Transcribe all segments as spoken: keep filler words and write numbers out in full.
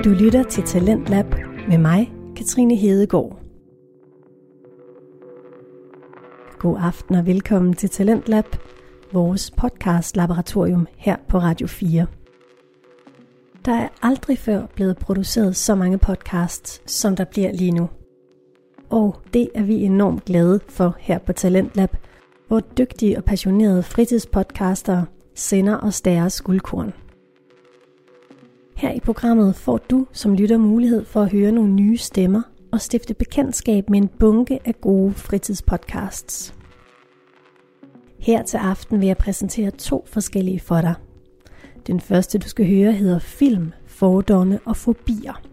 Du lytter til Talentlab med mig, Katrine Hedegaard. God aften og velkommen til Talentlab, vores podcast-laboratorium her på Radio fire. Der er aldrig før blevet produceret så mange podcasts, som der bliver lige nu. Og det er vi enormt glade for her på Talentlab, hvor dygtige og passionerede fritidspodcastere sender os deres guldkorn. Her i programmet får du som lytter mulighed for at høre nogle nye stemmer og stifte bekendtskab med en bunke af gode fritidspodcasts. Her til aften vil jeg præsentere to forskellige for dig. Den første du skal høre hedder Film, fordomme og fobier.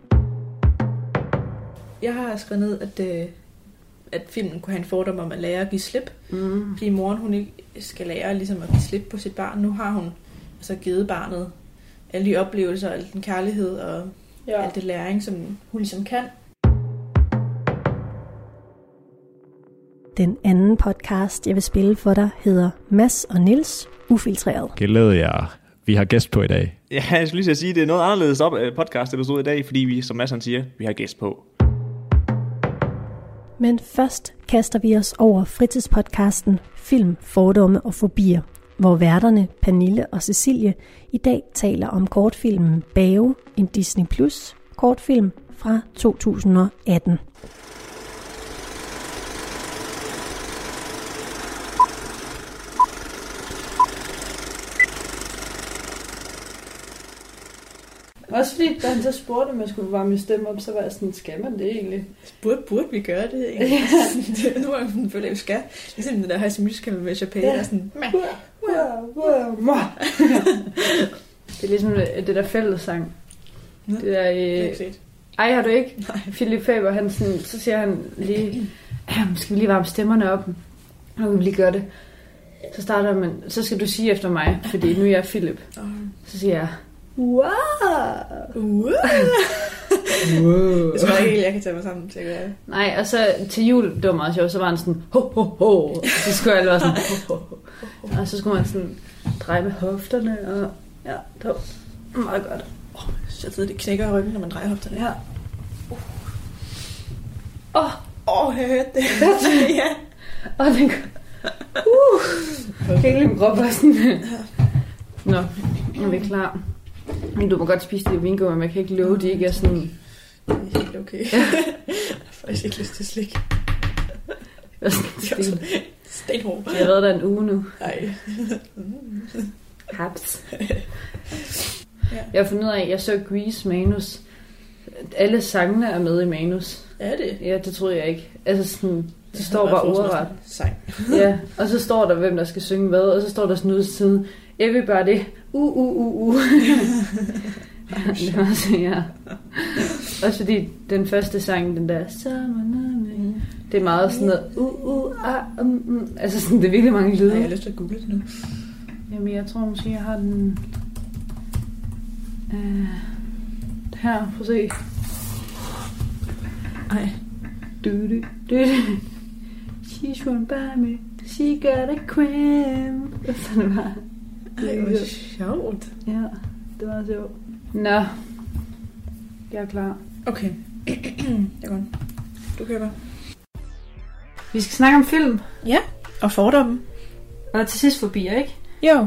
Jeg har skrevet ned, at, øh, at filmen kunne have en fordom om at lære at give slip. Mm. Fordi moren hun ikke skal lære ligesom at give slip på sit barn. Nu har hun altså givet barnet alle de oplevelser, al den kærlighed og ja. alt det læring, som hun ligesom kan. Den anden podcast, jeg vil spille for dig, hedder Mads og Nils Ufiltreret. Glæder jer. Vi har gæst på i dag. Ja, jeg skulle lige sige, at det er noget anderledes op podcast, det stod i dag, fordi vi, som Mads siger, vi har gæst på. Men først kaster vi os over fritidspodcasten Film, fordomme og fobier, hvor værterne Pernille og Cecilie i dag taler om kortfilmen Bave, en Disney Plus kortfilm fra to tusind og atten. Også fordi, da han så spurgte, om jeg skulle varme min stemme op, så var jeg sådan, skal man det egentlig? Burde, burde vi gøre det egentlig? Ja. Nu er jeg sådan, føler jeg, vi skal. Ligesom den der High School Musical med Chappelle, ja. Der er sådan... Det er ligesom det der fællessang. Nå, det der... Øh... Ej, har du ikke? Nej. Philip Faber, han sådan, så siger han lige, skal vi lige varme stemmerne op? Nu kan vi lige gøre det. Så starter man, så skal du sige efter mig, fordi nu er jeg Philip. Så siger jeg, wow! Wow! wow. Jeg tror ikke helt, jeg kan tage mig sammen til at gøre det. Nej, og så til jul, det var meget sjovt, så var han sådan, ho, ho, ho. Og så skulle jeg være sådan, ho, ho, ho. Og så skulle man sådan dreje med hofterne, og ja, det var meget godt. Oh, jeg ved, det knækker i ryggen, når man drejer hofterne. Ja. Åh, oh. oh, jeg hørte det. Ja. Og den uh. Jeg kan ikke lide krop og sådan. Nå, er vi klar? Du må godt spise det vingo, men jeg kan ikke love, at de ikke er sådan... Det er helt okay. Ja. Jeg har faktisk ikke lyst til slik. Det er sådan stenhård. Jeg har været der en uge nu. Nej. Haps. Jeg har fundet ud af, at jeg så Grease manus. Alle sangene er med i manus. Er det? Ja, det troede jeg ikke. Altså sådan... Det står bare ordret. Sang. Ja, og så står der, hvem der skal synge hvad, og så står der sådan ud til siden, everybody, uh, uh, uh, uh. Det var så, ja. Også fordi den første sang, den der, mm. det er meget sådan noget, uh, uh, ah, um, um. Altså sådan, det er virkelig mange lyde. Nej, jeg har lyst til at google det nu. Jamen, jeg tror måske, jeg har den uh, her, prøv at se. Ej. Du, du, du, du. She's run by me, she got a cramp. Sådan var det. Ej, hvor sjovt. Ja, det var sjovt. Nå, jeg er klar. Okay, jeg går. Du køber. Vi skal snakke om film. Ja, og fordomme. Og til sidst fobier, ikke? Jo.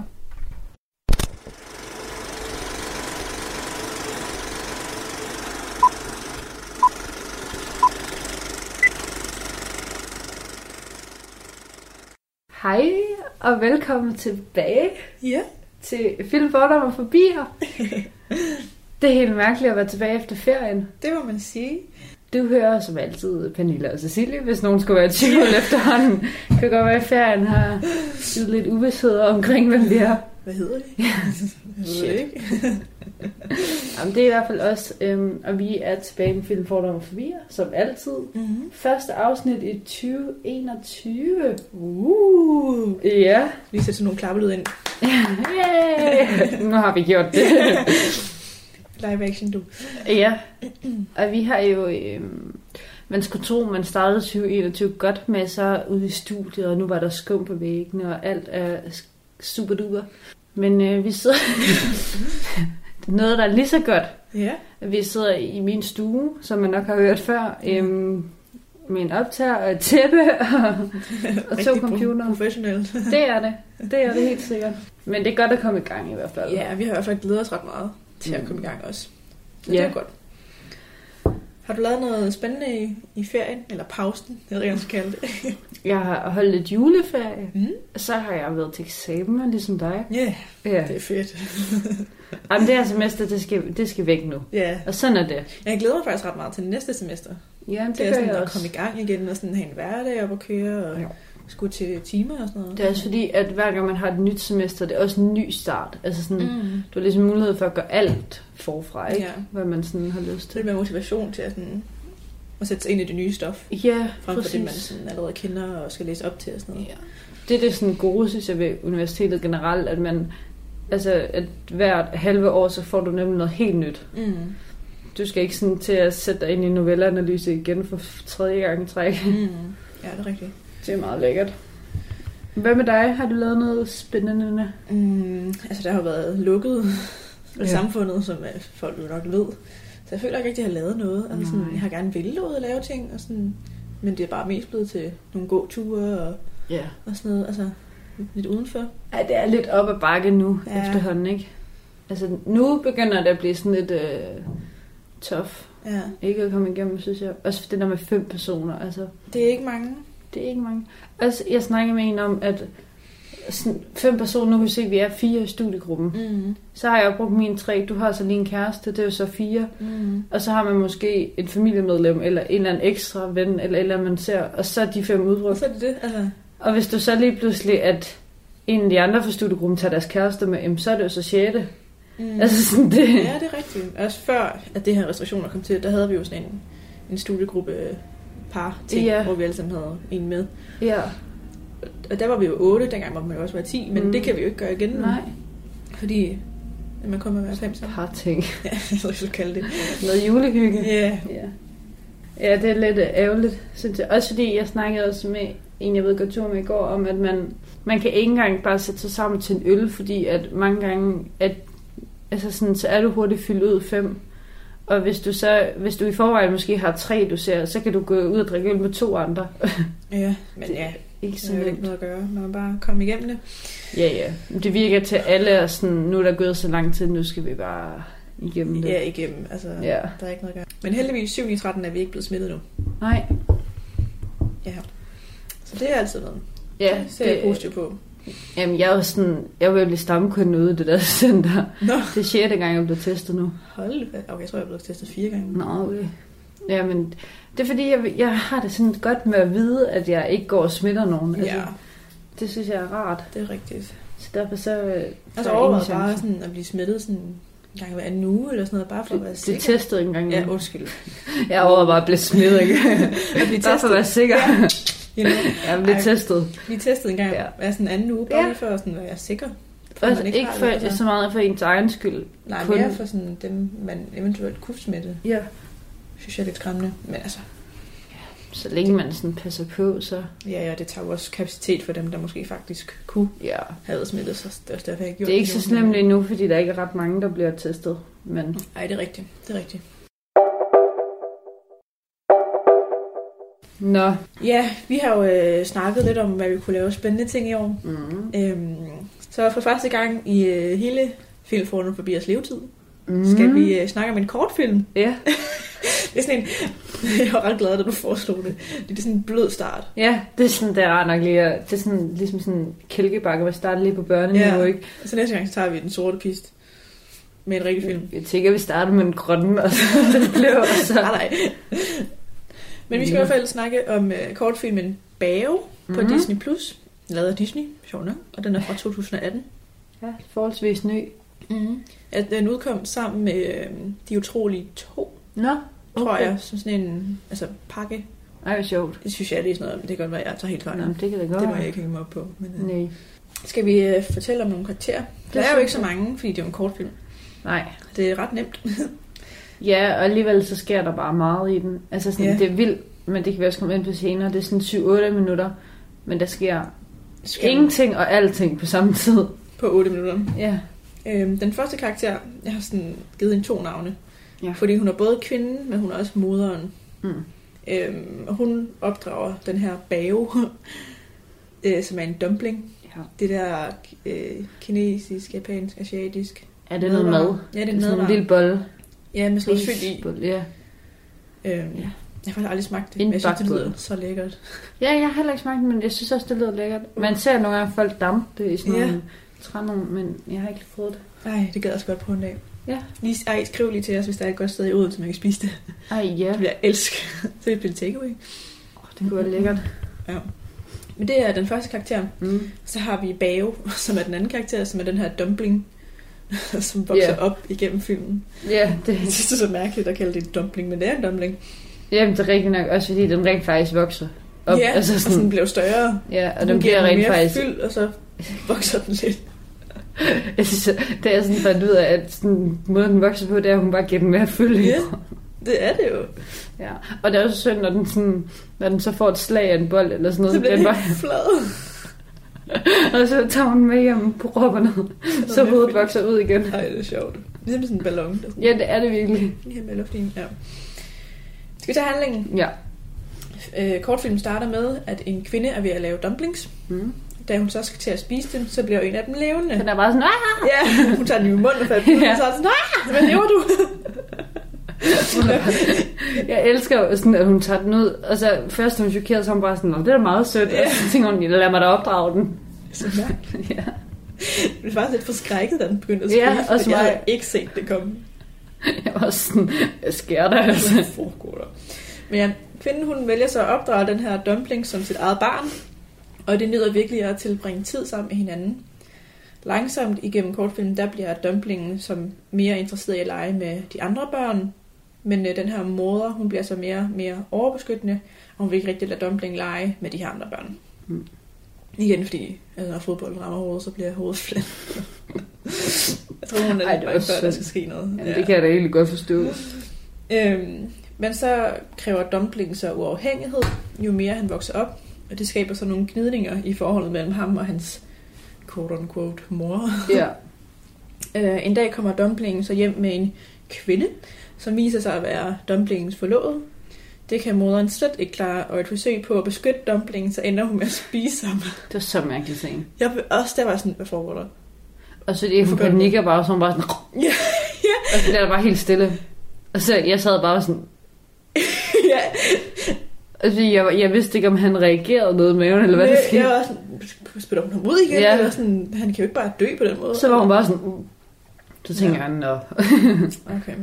Hej, og velkommen tilbage ja. til Film, fordomme og fobier. Det er helt mærkeligt at være tilbage efter ferien. Det må man sige. Du hører som altid Pernille og Cecilie, hvis nogen skulle være i tvivl efterhånden. Det kan godt være, at ferien har givet lidt uvidshed omkring, hvem vi er. Hvad hedder det? Ja. Jeg ved det ikke. Jamen, det er i hvert fald os, øhm, og vi er tilbage med Film, fordomme og fobier, som altid. Mm-hmm. Første afsnit i tyve enogtyve. Uh. Ja. Vi sætter sådan nogle klappelyd ind. Yeah. Nu har vi gjort det. Live action, du. Ja, og vi har jo... Øhm, man skulle tro, man startede tyve enogtyve godt med så ude i studiet, og nu var der skum på væggene, og alt er super duper. Men øh, vi sidder... noget, der er lige så godt. Ja. Vi sidder i min stue, som man nok har hørt før, øhm, med en optager og et tæppe og, og to computere. Professionelt. Det er det. Det er det helt sikkert. Men det er godt at komme i gang i hvert fald. Ja, vi har i hvert fald glædet os ret meget til at komme i gang også. Så ja. det er godt. Har du lavet noget spændende i, i ferien? Eller pausen, jeg ved ikke, skal kalde det. Jeg har holdt et juleferie. Mm. Så har jeg været til eksamener, ligesom dig. Yeah, ja, det er fedt. Jamen, det her semester, det skal, det skal væk nu. Ja. Yeah. Og sådan er det. Jeg glæder mig faktisk ret meget til næste semester. Ja, det, det er gør sådan jeg at også. komme i gang igen, og sådan have en hverdag op at køre, og ja. skulle til timer og sådan noget. Det er også fordi, at hver gang man har et nyt semester, det er også en ny start. Altså sådan, mm. du har ligesom mulighed for at gøre alt forfra, ikke? Ja. Hvad man sådan har lyst til. Det er med motivation til at, sådan, at sætte sig ind i det nye stof. Ja, frem for præcis. det, man sådan allerede kender og skal læse op til og sådan noget. Ja. Det er det sådan gode, synes jeg, ved universitetet generelt, at man, altså, at hvert halve år, så får du nemlig noget helt nyt. Mm. Du skal ikke sådan til at sætte dig ind i novelleanalyse igen for tredje gang træk. Mm. Ja, det er rigtigt. Det er meget lækkert. Hvad med dig? Har du lavet noget spændende? Mm, altså, der har været lukket i ja. samfundet, som folk jo nok ved. Så jeg føler ikke rigtig, at jeg har lavet noget. Altså, sådan, jeg har gerne ville ud og lave ting, og sådan, men det er bare mest blevet til nogle gåture og, ja. og sådan noget. Altså, lidt udenfor. Ja, det er lidt op ad bakke nu ja. efterhånden, ikke? Altså, nu begynder det at blive sådan lidt øh, tough. Ja. Ikke at komme igennem, synes jeg. Også det der med fem personer, altså. Det er ikke mange. Det er ikke mange. Altså, jeg snakker med en om, at sådan, fem personer, nu kan vi se, at vi er fire i studiegruppen. Mm. Så har jeg brugt mine tre. Du har så lige en kæreste, det er jo så fire. Mm. Og så har man måske et familiemedlem, eller en eller anden ekstra ven, eller et eller andet, man ser. Og så er de fem udbrugt. Og så er det det, altså. Og hvis du så lige pludselig, at en af de andre fra studiegruppen tager deres kæreste med, så er det jo så sjette. Mm. Altså sådan det. Ja, det er rigtigt. Også før, at det her restriktioner kom til, der havde vi jo sådan en, en studiegruppe par ting, ja. hvor vi alle sammen havde en med. Ja. Og der var vi jo otte, dengang var man jo også være ti, men mm. det kan vi jo ikke gøre igen. Nej. Fordi man kommer med at være fem sammen. Par ting. Ja, jeg tror, jeg skulle kalde det. Noget julehygge. Ja. ja. Ja, det er lidt ærgerligt, synes jeg. Også fordi jeg snakkede også med en, jeg ved godt tur med i går, om at man, man kan ikke engang bare sætte sig sammen til en øl, fordi at mange gange, at, altså sådan, så er du hurtigt fyldt ud fem. Og hvis du så, hvis du i forvejen måske har tre, du ser, så kan du gå ud og drikke øl med to andre. Ja, men ja, ikke sådan det er ikke noget at gøre. Man må bare komme igennem det. Ja, ja. Det virker til alle, og sådan, nu er der gået så lang tid, nu skal vi bare igennem det. Ja, igennem. Altså, ja. Der er ikke noget at gøre. Men heldigvis syv ni tretten er vi ikke blevet smittet nu. Nej. Ja. Så det er altid noget. Ja, det ser jeg positivt på. Jamen, jeg er jo sådan, jeg vil jo blive stamkunde ude i det der center. Nå. Det er sjette gang, jeg er blevet testet nu. Hold da. Okay, jeg tror, jeg er blevet testet fire gange. Nå, okay. Jamen, det er fordi, jeg, jeg har det sådan godt med at vide, at jeg ikke går og smitter nogen. Altså, ja. Det synes jeg er rart. Det er rigtigt. Så derfor så... Altså overvejet bare sådan at blive smittet sådan en gang hver anden uge, eller sådan noget, bare for at være sikker. Det testede en gang. Ja, undskyld. Jeg overvejede bare at blive smittet, ikke? At blive bare for at være sikker. Ja. You know? Jeg blev testet. Vi testede en gang ja. hver sådan en anden uge, bare ja. lige for at sådan, være sikker. For altså, ikke, ikke for, det, altså. så meget for ens egen skyld. Nej, kun... mere for sådan dem, man eventuelt kunne smitte. Ja. Synes jeg er lidt skræmmende, men altså... Så længe man sådan passer på, så... Ja, ja, det tager jo også kapacitet for dem, der måske faktisk kunne ja. have været smittet, så det er også derfor, jeg gjorde det. er ikke så slemt endnu, fordi der ikke er ret mange, der bliver testet, men... Nej, det er rigtigt, det er rigtigt. Nå. Ja, vi har jo øh, snakket lidt om, hvad vi kunne lave spændende ting i år. Mm. Øhm, så for første gang i øh, hele Filmforum forbi os levetid, mm. skal vi øh, snakke om en kortfilm. Ja. Det er sådan en... Jeg var ret glad, da du foreslog det. Det er sådan en blød start. Ja, det er sådan, det er nok lige... Det er sådan, ligesom sådan en kælkebakke, hvor starter lige på børneniveau, ja. Ikke? Så næste gang så tager vi den sorte pist. Med en rigtig film. Jeg tænker, vi starter med en grønne, og så det bliver så... Nej, nej. Men vi skal ja. i hvert fald snakke om uh, kortfilmen Bao på mm-hmm. Disney plus, lavet af Disney, sjovt nok, og den er fra to tusind atten. Ja, forholdsvis ny. Mm-hmm. At den udkom sammen med øh, De Utrolige to, Nå, okay. tror jeg, som sådan en altså, pakke. Ej, hvor sjovt. Det synes jeg, det er sådan noget, men det kan godt være, jeg tager helt fejl. Nå, det kan det godt. Det må jeg ikke hænge mig op på. Men, uh, Nej. Skal vi uh, fortælle om nogle karakterer? Der er jo ikke så mange, fordi det er jo en kortfilm. Nej. Det er ret nemt. Ja, og alligevel så sker der bare meget i den. Altså sådan, ja. Det er vildt, men det kan vi også komme ind på senere. Det er sådan syv otte minutter, men der sker, sker ingenting og alting på samme tid. På otte minutter. Ja. Øhm, den første karakter, jeg har sådan givet hende to navne. Ja. Fordi hun er både kvinden, men hun er også moderen. Mm. Øhm, og hun opdrager den her Bao, øh, som er en dumpling. Ja. Det der øh, kinesisk, japansk, asiatisk. Er det noget mad? Ja, det er sådan madvarer. en lille bolle. Ja, med sådan noget fyld i. Bolle, ja. Øhm, Ja. Jeg har faktisk aldrig smagt det, En men jeg synes, det lyder bakbolle. så lækkert. Ja, jeg har heller ikke smagt det, men jeg synes også, det lyder lækkert. Man ser nogle gange folk dampe det i sådan Ja. nogle træner, men jeg har ikke fået det. Nej, det gad jeg også godt på en dag. Ja. Lige, ej, skriv lige til os, hvis der er et godt sted i Odense, man kan spise det. Ej, ja. Det vil jeg elske. Så det bliver takeaway. Oh, det kunne være lækkert. Ja. Men det er den første karakter. Mm. Så har vi Bao, som er den anden karakter, som er den her dumpling, som vokser Yeah. op igennem filmen. Ja, det, Jeg synes, det er så mærkeligt at kalde det en dumpling, men det er en dumpling. jamen, det er rigtigt nok, også fordi den rent faktisk vokser op. Ja, altså og sådan, sådan bliver større. ja, og Hun den giver bliver rent mere faktisk... fyld, og så vokser den lidt. Jeg synes, det er sådan fandt ud af, at sådan, måden den vokser på, det er, at hun bare giver den mere fyld. Ja, det er det jo. Ja. Og det er også synd, når den, sådan, når den så får et slag af en bold, eller sådan noget, Så så bliver bliver det den helt flad. og så tager hun med hjem på propperne, så hovedet vokser ud igen. Ej, det er sjovt. Ligesom sådan en ballon. Der sådan Ja, det er det virkelig. lige med luft i. Ja. Skal vi tage handlingen? Ja. Øh, kortfilmen starter med, at en kvinde er ved at lave dumplings. Mm. Da hun så skal til at spise dem, så bliver en af dem levende. Den er bare sådan, ah! Ja, hun tager den i munden og falder på, Ja. og så er sådan, ah, hvad lever du? Jeg elsker jo sådan, at hun tager den ud, og så først er hun chokeret, så er hun bare sådan, "Nå, det er da meget sødt, Ja. og så tænker hun, lad mig da opdrage den. Så mærkeligt. Ja. Jeg blev faktisk lidt forskrækket, da den begyndte at spise, Ja, ja, også fordi jeg mig. havde ikke set det komme. Jeg var sådan, hvad sker der altså? Hvad foregår der? Men ja, kvinden hun vælger så at opdrage den her dumpling som sit eget barn, og det nyder virkelig at tilbringe tid sammen med hinanden. Langsomt igennem kortfilmen, der bliver dumplingen som mere interesseret i at lege med de andre børn, men øh, den her moder, hun bliver så mere mere overbeskyttende, og hun vil ikke rigtig lade dumplingen lege med de her andre børn. Mm. Igen, fordi altså, når fodbold rammer hovedet, så bliver hovedet fladt. Jeg tror, hun er Ej, lidt det var bange for, at der synd. skal ske noget. Jamen, det kan jeg da egentlig godt forstå. Øhm, men så kræver dumplingen så uafhængighed, jo mere han vokser op, og det skaber så nogle gnidninger i forholdet mellem ham og hans quote-unquote mor. Ja. Øh, en dag kommer dumplingen så hjem med en kvinde, som viser sig at være dumplingens forlovede. Det kan moderen slet ikke klare, og et forsøg på at beskytte dumplingen, så ender hun med at spise ham. Det var så mærkeligt ting. Jeg også der var sådan, hvad foregår der? Og så det, hun panikker bare, så hun bare sådan, Ja, ja. og så bliver der bare helt stille. Og så jeg sad bare sådan, ja. altså, jeg, jeg vidste ikke, om han reagerede noget med maven, eller hvad Men der skete. jeg var sådan, spiller hun ham ud igen? Ja. Eller sådan, han kan jo ikke bare dø på den måde. Så var hun bare sådan, uh. så tænker Ja. jeg, nå. Okay.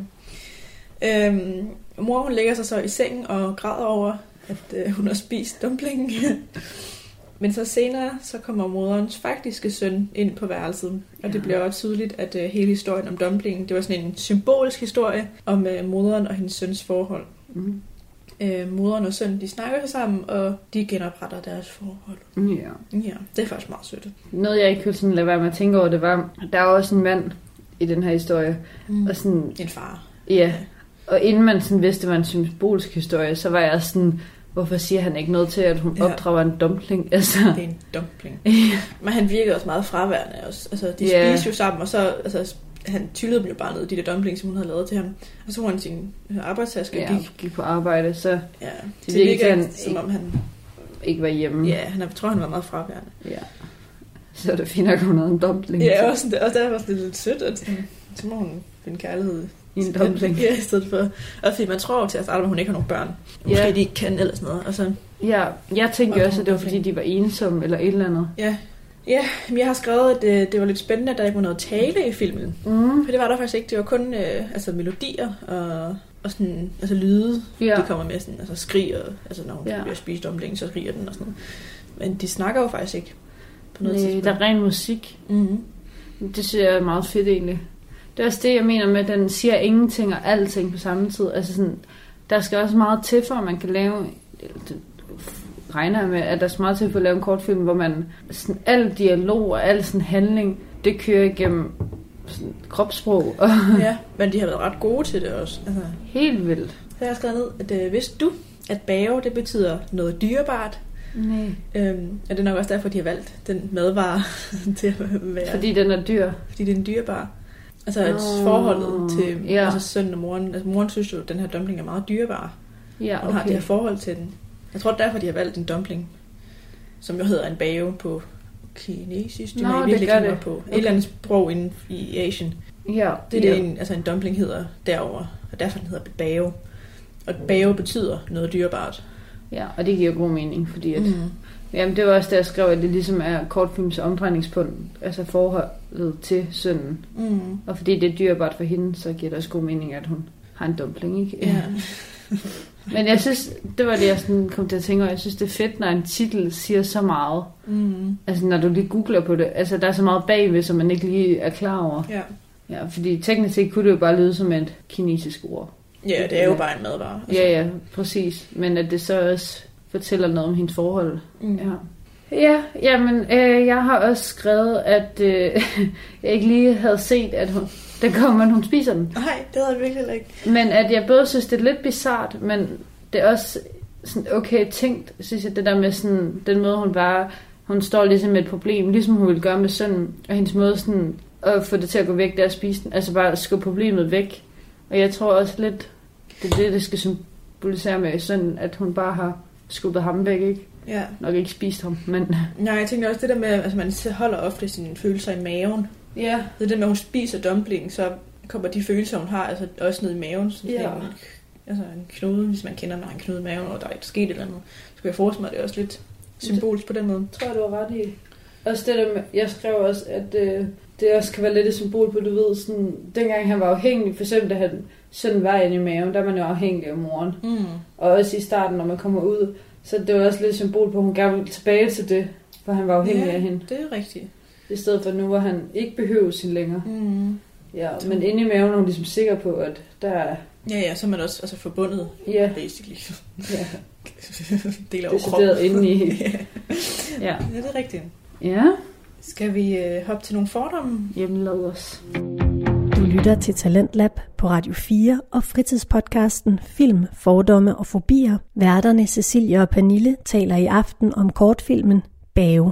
Øhm, mor hun lægger sig så i sengen og græder over, at øh, hun har spist dumplingen. Men så senere, så kommer moderens faktiske søn ind på værelset. Og det Ja. bliver også tydeligt, at øh, hele historien om dumplingen, det var sådan en symbolisk historie om øh, moderen og hendes søns forhold. Mm. Øh, moderen og søn, de snakker sig sammen, og de genopretter deres forhold. Ja. Ja, det er faktisk meget sødt. Noget, jeg ikke kunne sådan lade være med at tænke over, det var, der er også en mand i den her historie. Mm. Og sådan, En far. ja. Og inden man sådan vidste, det var en symbolisk historie, så var jeg sådan, hvorfor siger han ikke noget til, at hun Ja. opdrager en dumpling? Altså, Det er en dumpling. ja. Men han virkede også meget fraværende også. Altså, de Ja. spiste jo sammen, og så altså, han tyllede dem jo bare ned, de der dumplings, som hun havde lavet til ham. Og så var han sin arbejdstaske og ja, gik. gik på arbejde, så Ja, Det det virkede virkede han ikke, som om han... ikke var hjemme. Ja, han, jeg tror, han var meget fraværende. Ja. Så er det fint, at hun havde en dumpling. Ja, også, det, også der var sådan lidt sødt, at sådan, så må hun finde kærlighed I en dumpling. Ja, i stedet for... Og fordi man tror jo til at starte med, at hun ikke har nogen børn. Måske Ja. de ikke kan eller sådan noget. Og så, Ja, jeg tænkte Og jo også, at det var dumpling. fordi, de var ensomme eller et eller andet. ja. Ja, men jeg har skrevet, at det, det var lidt spændende, at der ikke var noget tale i filmen. Mm. For det var der faktisk ikke. Det var kun øh, altså melodier og, og sådan, altså lyde. Ja. Det kommer med sådan, altså skrig, og, altså når hun Ja. ja. bliver spist dumling, så skriger den og sådan noget. Men de snakker jo faktisk ikke på noget Nej, tidspunkt. der er ren musik. Mm-hmm. Det synes jeg er meget fedt egentlig. Det er også det, jeg mener med, at den siger ingenting og alting på samme tid. Altså sådan, der skal også meget til, for at man kan lave... Det regner jeg med, at der er meget til for at lave en kortfilm, hvor man... Sådan, al dialog og al sådan handling, det kører igennem sådan, kropssprog. Og Ja, men de har været ret gode til det også. Altså, helt vildt. så jeg har skrevet ned, at øh, vidste du, at bave, det betyder noget dyrebart, Nej. Øhm, og det er nok også derfor, de har valgt den madvare til at være... Fordi den er dyr. Fordi det er en dyrebar. Altså et Nå, forholdet til ja. altså sønnen og moren. Altså moren synes jo, at den her dumpling er meget dyrebar. Ja, Hun har det okay. her forhold til den. Jeg tror derfor, de har valgt en dumpling, som jo hedder en bao på kinesisk. Det Nå, har jeg det virkelig gør ikke det. på. Okay. Et eller andet sprog inden i Asien. Ja, Det er det, en, altså en dumpling hedder derover, og derfor den hedder bao. Og bao betyder noget dyrebart. Ja, og det giver god mening, fordi at... Mm. Jamen, det var også det, jeg skrev, at det ligesom er kortfilms omdrejningspunkt, altså forholdet til sønnen. Mm. Og fordi det er dyrebart for hende, så giver det også god mening, at hun har en dumpling, ikke? Ja. Men jeg synes, det var det, jeg sådan kom til at tænke over. Jeg synes, det er fedt, når en titel siger så meget. Mm. Altså, når du lige googler på det. Altså, der er så meget bagved, som man ikke lige er klar over. Ja. Ja, fordi teknisk set kunne det jo bare lyde som et kinesisk ord. Ja, det er jo bare en madvare. Altså. Ja, ja, præcis. Men at det så også fortæller noget om hendes forhold. Mm. Ja. Ja, jamen, øh, jeg har også skrevet, at øh, jeg ikke lige havde set, at hun, der kommer, at hun spiser den. Nej, det havde jeg virkelig heller ikke. Men at jeg både synes, det er lidt bizart, men det er også sådan okay tænkt, synes jeg, det der med sådan, den måde, hun bare, hun står ligesom med et problem, ligesom hun ville gøre med sønnen, og hendes måde sådan, at få det til at gå væk, der at spise den, altså bare at skubbe problemet væk. Og jeg tror også lidt, det er det, det skal symbolisere med sønnen, at hun bare har skubbet ham væk, ikke? Ja. Nok ikke spist ham, men... Nej, jeg tænker også det der med, at altså man holder ofte sine følelser i maven. Ja. Det er det med, at hun spiser dumpling, så kommer de følelser, hun har, altså også ned i maven. Sådan Ja. en, altså en knude, hvis man kender, når en knude i maven, og der er ikke sket et eller andet. Så kan jeg forestille mig, at det er også lidt symbolisk på den måde. Jeg tror, du har ret i. Også det der med, jeg skrev også, at øh, det også kan være lidt et symbol på, du ved, sådan, dengang han var afhængig, for eksempel da han sådan var inde i maven, der var man jo afhængig af moren. Mm. Og også i starten, når man kommer ud, så det var også lidt et symbol på, at hun gerne ville tilbage til det, for han var afhængig Ja, af hende. det er rigtigt. I stedet for nu, hvor han ikke behøver sin længere. Mm. Ja, men inde i maven er hun ligesom sikker på, at der er... Ja, ja, så er man også altså, forbundet, Ja, basically. ja. Del af krop. Decideret inde i... Ja. Ja. Ja, det er rigtigt. Ja, Skal vi øh, hoppe til nogle fordomme? jamen lad os. Du lytter til Talentlab på Radio fire og fritidspodcasten Film, Fordomme og Fobier. Værterne Cecilie og Pernille taler i aften om kortfilmen Bao.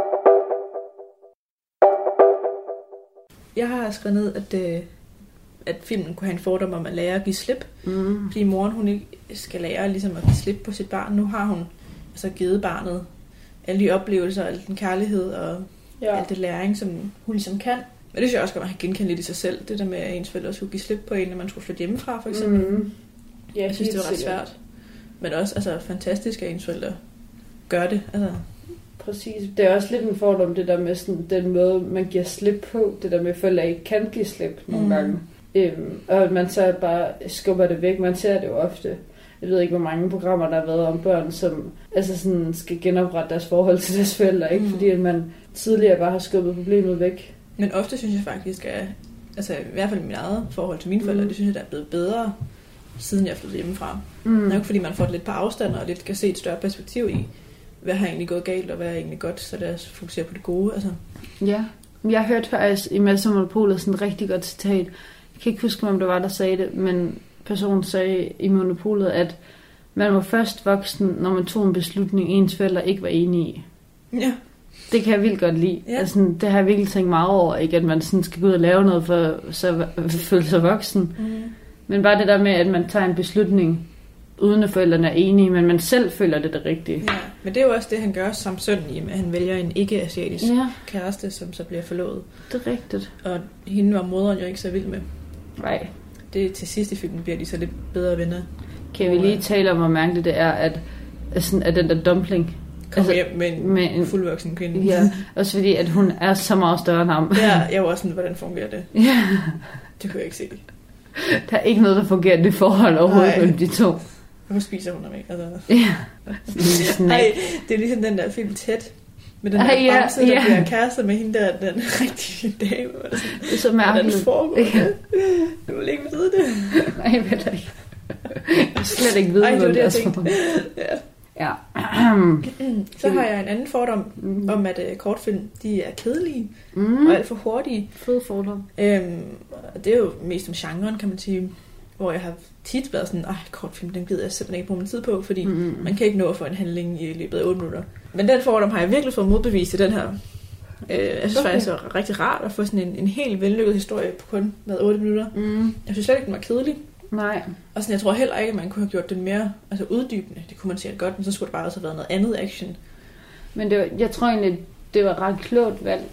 Jeg har skrevet ned, at, øh, at filmen kunne have en fordom om at lære at give slip. Mm. Fordi moren hun ikke skal lære ligesom at give slip på sit barn. Nu har hun altså givet barnet alle de oplevelser, al den kærlighed og Ja. alt det læring, som hun ligesom kan. Men det synes jeg også, at man kan genkende lidt i sig selv. Det der med, at ens forældre skulle give slip på en, når man skulle flytte hjemmefra, for eksempel. Mm. Ja, Jeg synes, det helt var ret sikkert. svært. Men også altså, fantastisk, at ens forældre gør det. Altså, Præcis. Det er også lidt en fordom, det der med sådan, den måde, man giver slip på. Det der med, at forældre ikke kan give slip nogle Mm. mm. gange. Øhm, og at man så bare skubber det væk. Man ser det jo ofte. Jeg ved ikke, hvor mange programmer, der har været om børn, som altså sådan, skal genoprette deres forhold til deres forældre. Ikke? Mm. Fordi at man tidligere bare har skubbet problemet væk. men ofte synes jeg faktisk, at altså, i hvert fald i mit eget forhold til mine forældre, Mm. det synes jeg, der er blevet bedre, siden jeg flyttede hjemmefra. Mm. Nok fordi man får det lidt på afstand, og lidt kan se et større perspektiv i, hvad har egentlig gået galt, og hvad er egentlig godt, så lad os fokusere på det gode. Altså. Ja, jeg hørte faktisk i Mads og Monopolet sådan et rigtig godt citat. Jeg kan ikke huske, om det var, der sagde det, men personen sagde i Monopolet, at man var først voksen, når man tog en beslutning, ens forældre ikke var enige i. Ja. Det kan jeg vildt godt lide. Ja. Altså, det har jeg virkelig tænkt meget over, ikke? At man sådan skal gå ud og lave noget for så at føle sig voksen. Mm. Men bare det der med, at man tager en beslutning, uden at forældrene er enige, men man selv føler det det rigtige. Ja, men det er jo også det, han gør som søn i, at han vælger en ikke-asiatisk Ja, kæreste, som så bliver forlovet. det er rigtigt. Og hende var moderen jo ikke så vild med. Nej. Det til sidst i filmen bliver de så lidt bedre venner. Kan vi lige tale om, hvor mærkeligt det er, at, at, sådan, at den der dumpling Kommer altså, hjem med en, med en fuldvoksen kvinde. Ja, også fordi, at hun er så meget større end ham. Ja, jeg var også sådan, hvordan fungerer det? Ja. Det kunne jeg ikke se. Der er ikke noget, der fungerer i det forhold overhovedet Nej. mellem de to. Hvorfor spiser hun ham ikke? Altså. Ja. Nej, det er ligesom den der film Tæt. Med den der Ej, ja, bamse, der ja. bliver kærester med hende der, den rigtige dame. Og sådan, Det er så hvordan mærkeligt. foregår det? Ja. Du vil ikke vide det. Nej, jeg ved det ikke. Jeg vil slet ikke vide, Ej, det var hvordan det, jeg er. tænkte. Ja. Ja. Så har jeg en anden fordom Mm. om, at uh, kortfilm, de er kedelige Mm. og alt for hurtige. Fed fordom. Øhm, og det er jo mest om genren, kan man sige. hvor jeg har tit været sådan, ej, kortfilm, den gider jeg simpelthen ikke bruge min tid på, fordi Mm. man kan ikke nå at få en handling i løbet af otte minutter. Men den fordom har jeg virkelig fået modbevist i den her. Øh, jeg synes Okay. faktisk, det var rigtig rart at få sådan en, en helt vellykket historie på kun med otte minutter. Mm. Jeg synes slet ikke, den var kedelig. Nej. Og sådan, jeg tror heller ikke, at man kunne have gjort den mere altså uddybende. Det kunne man sikkert godt, men så skulle det bare også have været noget andet action. Men det var, jeg tror egentlig, det var ret klogt valgt,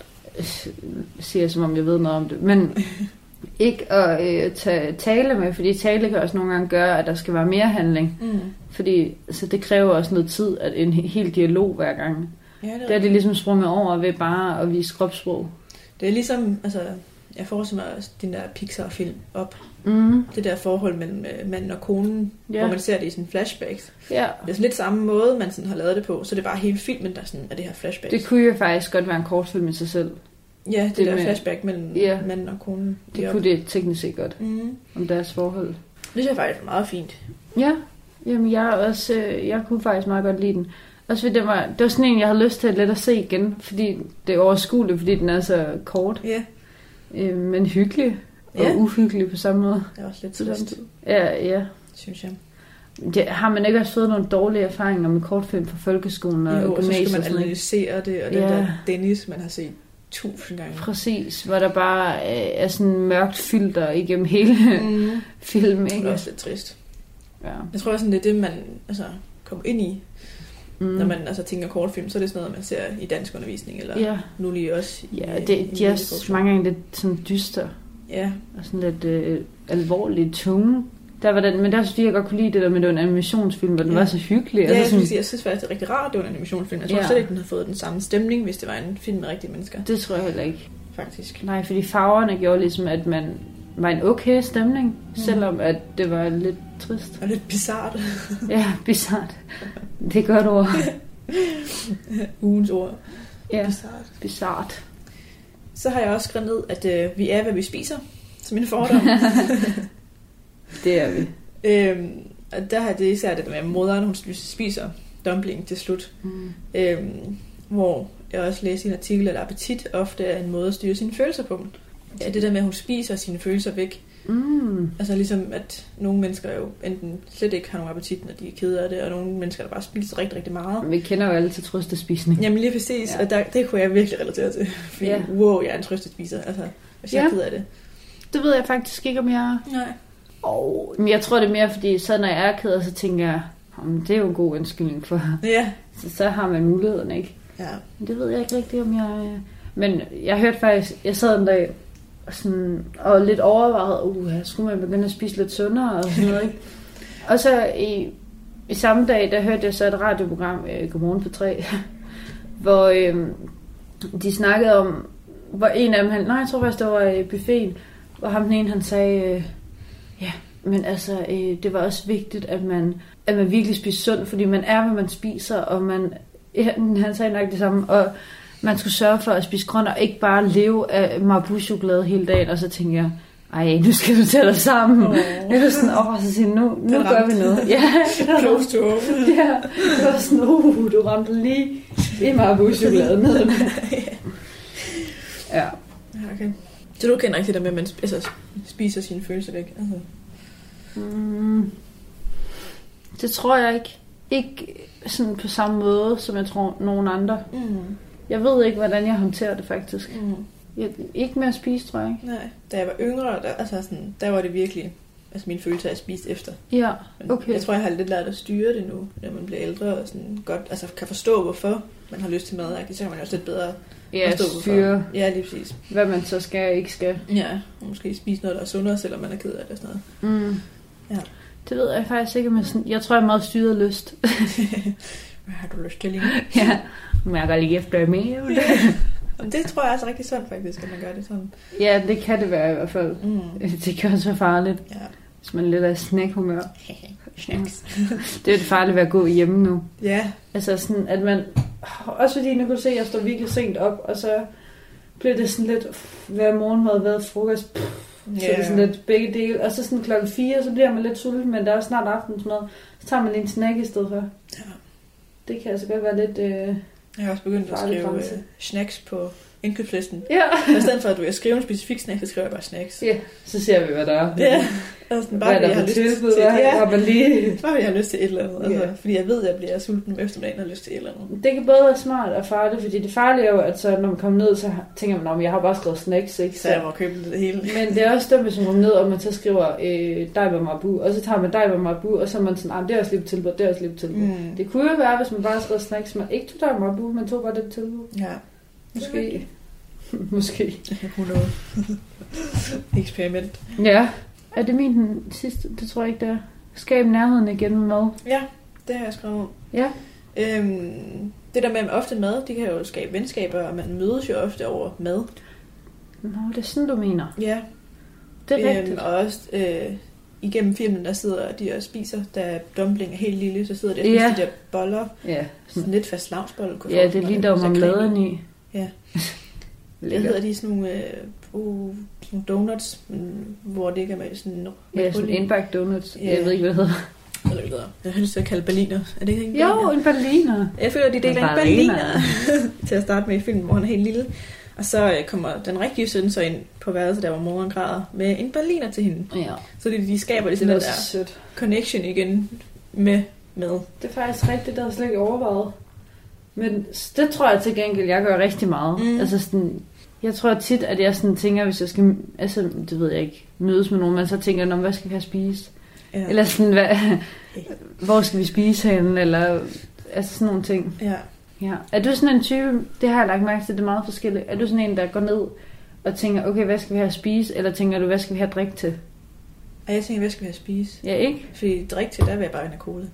siger jeg, som om jeg ved noget om det, men ikke at øh, tage tale med, fordi tale kan også nogle gange gøre, at der skal være mere handling. Mm. Fordi så det kræver også noget tid, at en hel dialog hver gang. Ja, det, Der er det ligesom sprunget over ved bare at vise kropssprog. det er ligesom, altså, jeg forestiller mig også den der Pixar-film op. Mm. Det der forhold mellem øh, manden og konen, Ja. hvor man ser det i sådan flashbacks. Ja, Det er sådan lidt samme måde, man sådan har lavet det på, så det er bare hele filmen, der sådan er det her flashbacks. det kunne jo faktisk godt være en kortfilm i sig selv. ja, det, det det der med- flashback mellem Ja. manden og konen. Det Ja. kunne det teknisk set godt, Mm. om deres forhold. Det synes jeg faktisk er meget fint. Ja, jamen jeg, er også, øh, jeg kunne faktisk meget godt lide den. Også fordi det var, det var sådan en, jeg havde lyst til at lidt at se igen, fordi det er overskueligt, fordi den er så kort, Ja, øh, men hyggelig og Ja. uhyggelig på samme måde. det er også lidt På samme trist, tid. Ja, ja. synes jeg. Det, har man ikke også fået nogle dårlige erfaringer med kortfilm fra folkeskolen og Jo, og så gymnasiet? skal man og sådan noget? analysere det, og den Ja. der Dennis, man har set tusind gange. Præcis, hvor der bare øh, er sådan en mørkt filter igennem hele Mm. film, Det er ikke? også lidt trist. Ja. Jeg tror også, det er det, man altså, kommer ind i, Mm. når man altså, tænker kortfilm. Så er det sådan noget, man ser i dansk undervisning, eller Ja, nu lige også i ja i- det, i de er medieproduktion. mange gange lidt sådan dyster Ja, og sådan lidt øh, alvorligt tunge. Der var den, men der synes jeg godt kunne lide det der med, at det var en animationsfilm, hvor den Ja. var så hyggelig. ja altså jeg, sådan, synes, jeg synes faktisk, det er rigtig rart, at det var en animationsfilm. Jeg tror Ja. slet ikke, den havde fået den samme stemning, hvis det var en film med rigtige mennesker, det tror jeg heller ikke. faktisk. Nej, fordi farverne gjorde ligesom, at man var en okay stemning, mm. selvom at det var lidt trist. Og lidt bizart. Ja, bizart. Det er et godt ord. Ugens ord. Ja, Bizart. bizart. Så har jeg også skrevet ned, at øh, vi er, hvad vi spiser, som en fordom. Det er vi. øhm, og der har det især det med, at moderen hun spiser dumpling til slut. Mm. Øhm, hvor jeg også læste i en artikel, at appetit ofte er en måde at styre sine følelser på. Ja, det der med, at hun spiser sine følelser væk. Mm. Altså ligesom, at nogle mennesker jo enten slet ikke har nogen appetit, når de er kede af det, og nogle mennesker, der bare spiser rigtig, rigtig meget. Vi kender jo alle til trøstespisning. Jamen lige præcis, Ja. ja. Og der, det kunne jeg virkelig relatere til. Fordi, Ja. ja. wow, jeg er en trøstespiser, altså, hvis jeg Ja. er ked af det. Det ved jeg faktisk ikke, om jeg er. Nej. Oh, men jeg tror, det er mere, fordi så når jeg er ked af, så tænker jeg, oh, det er jo en god undskyldning for. Ja. Så, så har man mulighederne, ikke? Ja. Men det ved jeg ikke rigtigt, om jeg er. Men jeg hørte faktisk, jeg sad en dag sådan, og lidt overvejet, uh, skulle man begynde at spise lidt sundere og sådan noget, ikke? Og så i, i samme dag, der hørte jeg så et radioprogram, øh, Godmorgen på tre, hvor øh, de snakkede om, hvor en af dem, han, nej, jeg tror faktisk, det var øh, buffeten, hvor ham den ene, han sagde, øh, ja, men altså, øh, det var også vigtigt, at man, at man virkelig spiser sundt, fordi man er, hvad man spiser, og man, ja, han sagde nok det samme, og man skulle sørge for at spise grønt, og ikke bare leve af Marabou-chokolade hele dagen, og så tænkte jeg, ej, nu skal du tage dig sammen. Oh. Jeg var sådan, åh, så siger nu, nu gør vi noget. Ja, Close to home. ja, det var sådan, uh, du ramte lige i Marabou-chokolade ned. Ja. Ja, okay. Så du kender ikke det der med, at man sp- altså, spiser sine følelser væk? Altså. Mm, det tror jeg ikke. Ikke sådan på samme måde, som jeg tror nogen andre. Mm. Jeg ved ikke, hvordan jeg håndterer det faktisk. Mm. Jeg, ikke med at spise, tror jeg ikke. Nej, da jeg var yngre, der, altså sådan, der var det virkelig, altså mine følelser, jeg spiste efter. Ja, Men okay. Jeg tror, jeg har lidt lært at styre det nu, når man bliver ældre, og sådan godt, altså kan forstå, hvorfor man har lyst til mad. Så kan man jo også lidt bedre Ja, forstå, hvorfor. styre, Ja, lige præcis. hvad man så skal og ikke skal. Ja, og måske spise noget, der er sundere, selvom man er ked af det og sådan noget. Mm. Ja. Det ved jeg faktisk ikke, men sådan, jeg tror, jeg er meget styret af lyst. Hvad har du lyst til lige? Ja, men jeg går lige efter mere. Og det tror jeg er altså rigtig sundt faktisk, at man gør det sådan. Ja, det kan det være i hvert fald. Mm. Det kan også være farligt, Ja. hvis man er lidt af snack-humør. Snacks. Det er det farligt ved at gå hjemme nu. Ja. Altså sådan, at man... Også fordi, nu kan du se, at jeg står virkelig sent op, og så bliver det sådan lidt... Hver morgenmad, hver frokost... Pff, så er det sådan lidt begge dele. Og så sådan klokken fire, så bliver man lidt sulten, men der er snart aftensmad. Så tager man lige en snack i stedet for. Ja. Det kan altså godt være lidt... Øh... Jeg har også begyndt at Farlig skrive grænse. uh, snacks på indkøbslisten. Ja. Og i stedet for, at du vil skrive en specifik snack, så skriver jeg bare snacks. Ja, så ser vi, hvad der er. Ja, og sådan, bare hvad fordi jeg har lyst tilbud, til, ja, har man lige... bare fordi jeg har lyst til et eller andet. Altså, Ja. fordi jeg ved, at jeg bliver sulten om eftermiddagen og har lyst til et eller andet. Det kan både være smart og farligt, fordi det farlige er jo, at så, når man kommer ned, så tænker man, om jeg har bare skrevet snacks, ikke? Så jeg må købe det hele. Men det er også dumt, hvis man kommer ned, og man så skriver øh, Daiba Marabu, og så tager man Daiba Marabu, og så er man sådan, ah, det er også lige på tilbud, det er også lige på tilbud. Mm. Det kunne jo være, hvis man bare skrev snacks, man ikke tog Daiba Marabu, man tog bare det tilbud. Ja. Måske. Måske. hundrede Eksperiment. Ja. Er det min den sidste? Det tror jeg ikke, det er. Skab nærheden igen med mad. Ja, det har jeg skrevet om. Ja. Øhm, det der med ofte mad, det kan jo skabe venskaber, og man mødes jo ofte over mad. Nå, det er sådan, du mener. Ja. Det er øhm, rigtigt. Og også øh, igennem filmen, der sidder de og spiser, da dumpling er helt lille, så sidder de og Ja. spiser de der boller. Ja. Sådan lidt fast lavsbolle. Ja, det er lige der marmeladen i. Ja. Hvad hedder de sådan nogle, øh, uh, sådan nogle donuts, men, hvor det ikke er med sådan... Ja, sådan indbagt donuts. Ja. Jeg ved ikke, hvad det hedder. Eller hvad det hedder. Jeg har lyst til at kalde berliner. Er det ikke en Jo, berliner? en berliner. Jeg føler, at de deler en En berliner berliner. til at starte med i filmen, hvor han er helt lille. Og så øh, kommer den rigtige søn så ind på værelset, der hvor moren græder, med en berliner til hende. Ja. Så de, de skaber Det sådan er den også der sødt. connection igen med mad. Det er faktisk rigtigt, der har jeg slet ikke overvejet. Men det tror jeg til gengæld, jeg gør rigtig meget. Mm. Altså sådan, jeg tror tit, at jeg sådan tænker, hvis jeg skal, altså det ved jeg ikke, mødes med nogen, men så tænker jeg, hvad skal vi have spise? Ja. Eller sådan, hvad, hvor skal vi spise henne? Eller altså sådan nogle ting. Ja. Ja. Er du sådan en type, det har jeg lagt mærke til, det er meget forskelligt. Er du sådan en, der går ned og tænker, okay, hvad skal vi have at spise? Eller tænker du, hvad skal vi have at drikke til? Og jeg tænker, hvad skal vi have at spise? Ja, ikke? Fordi drik til, der vil jeg bare have cola.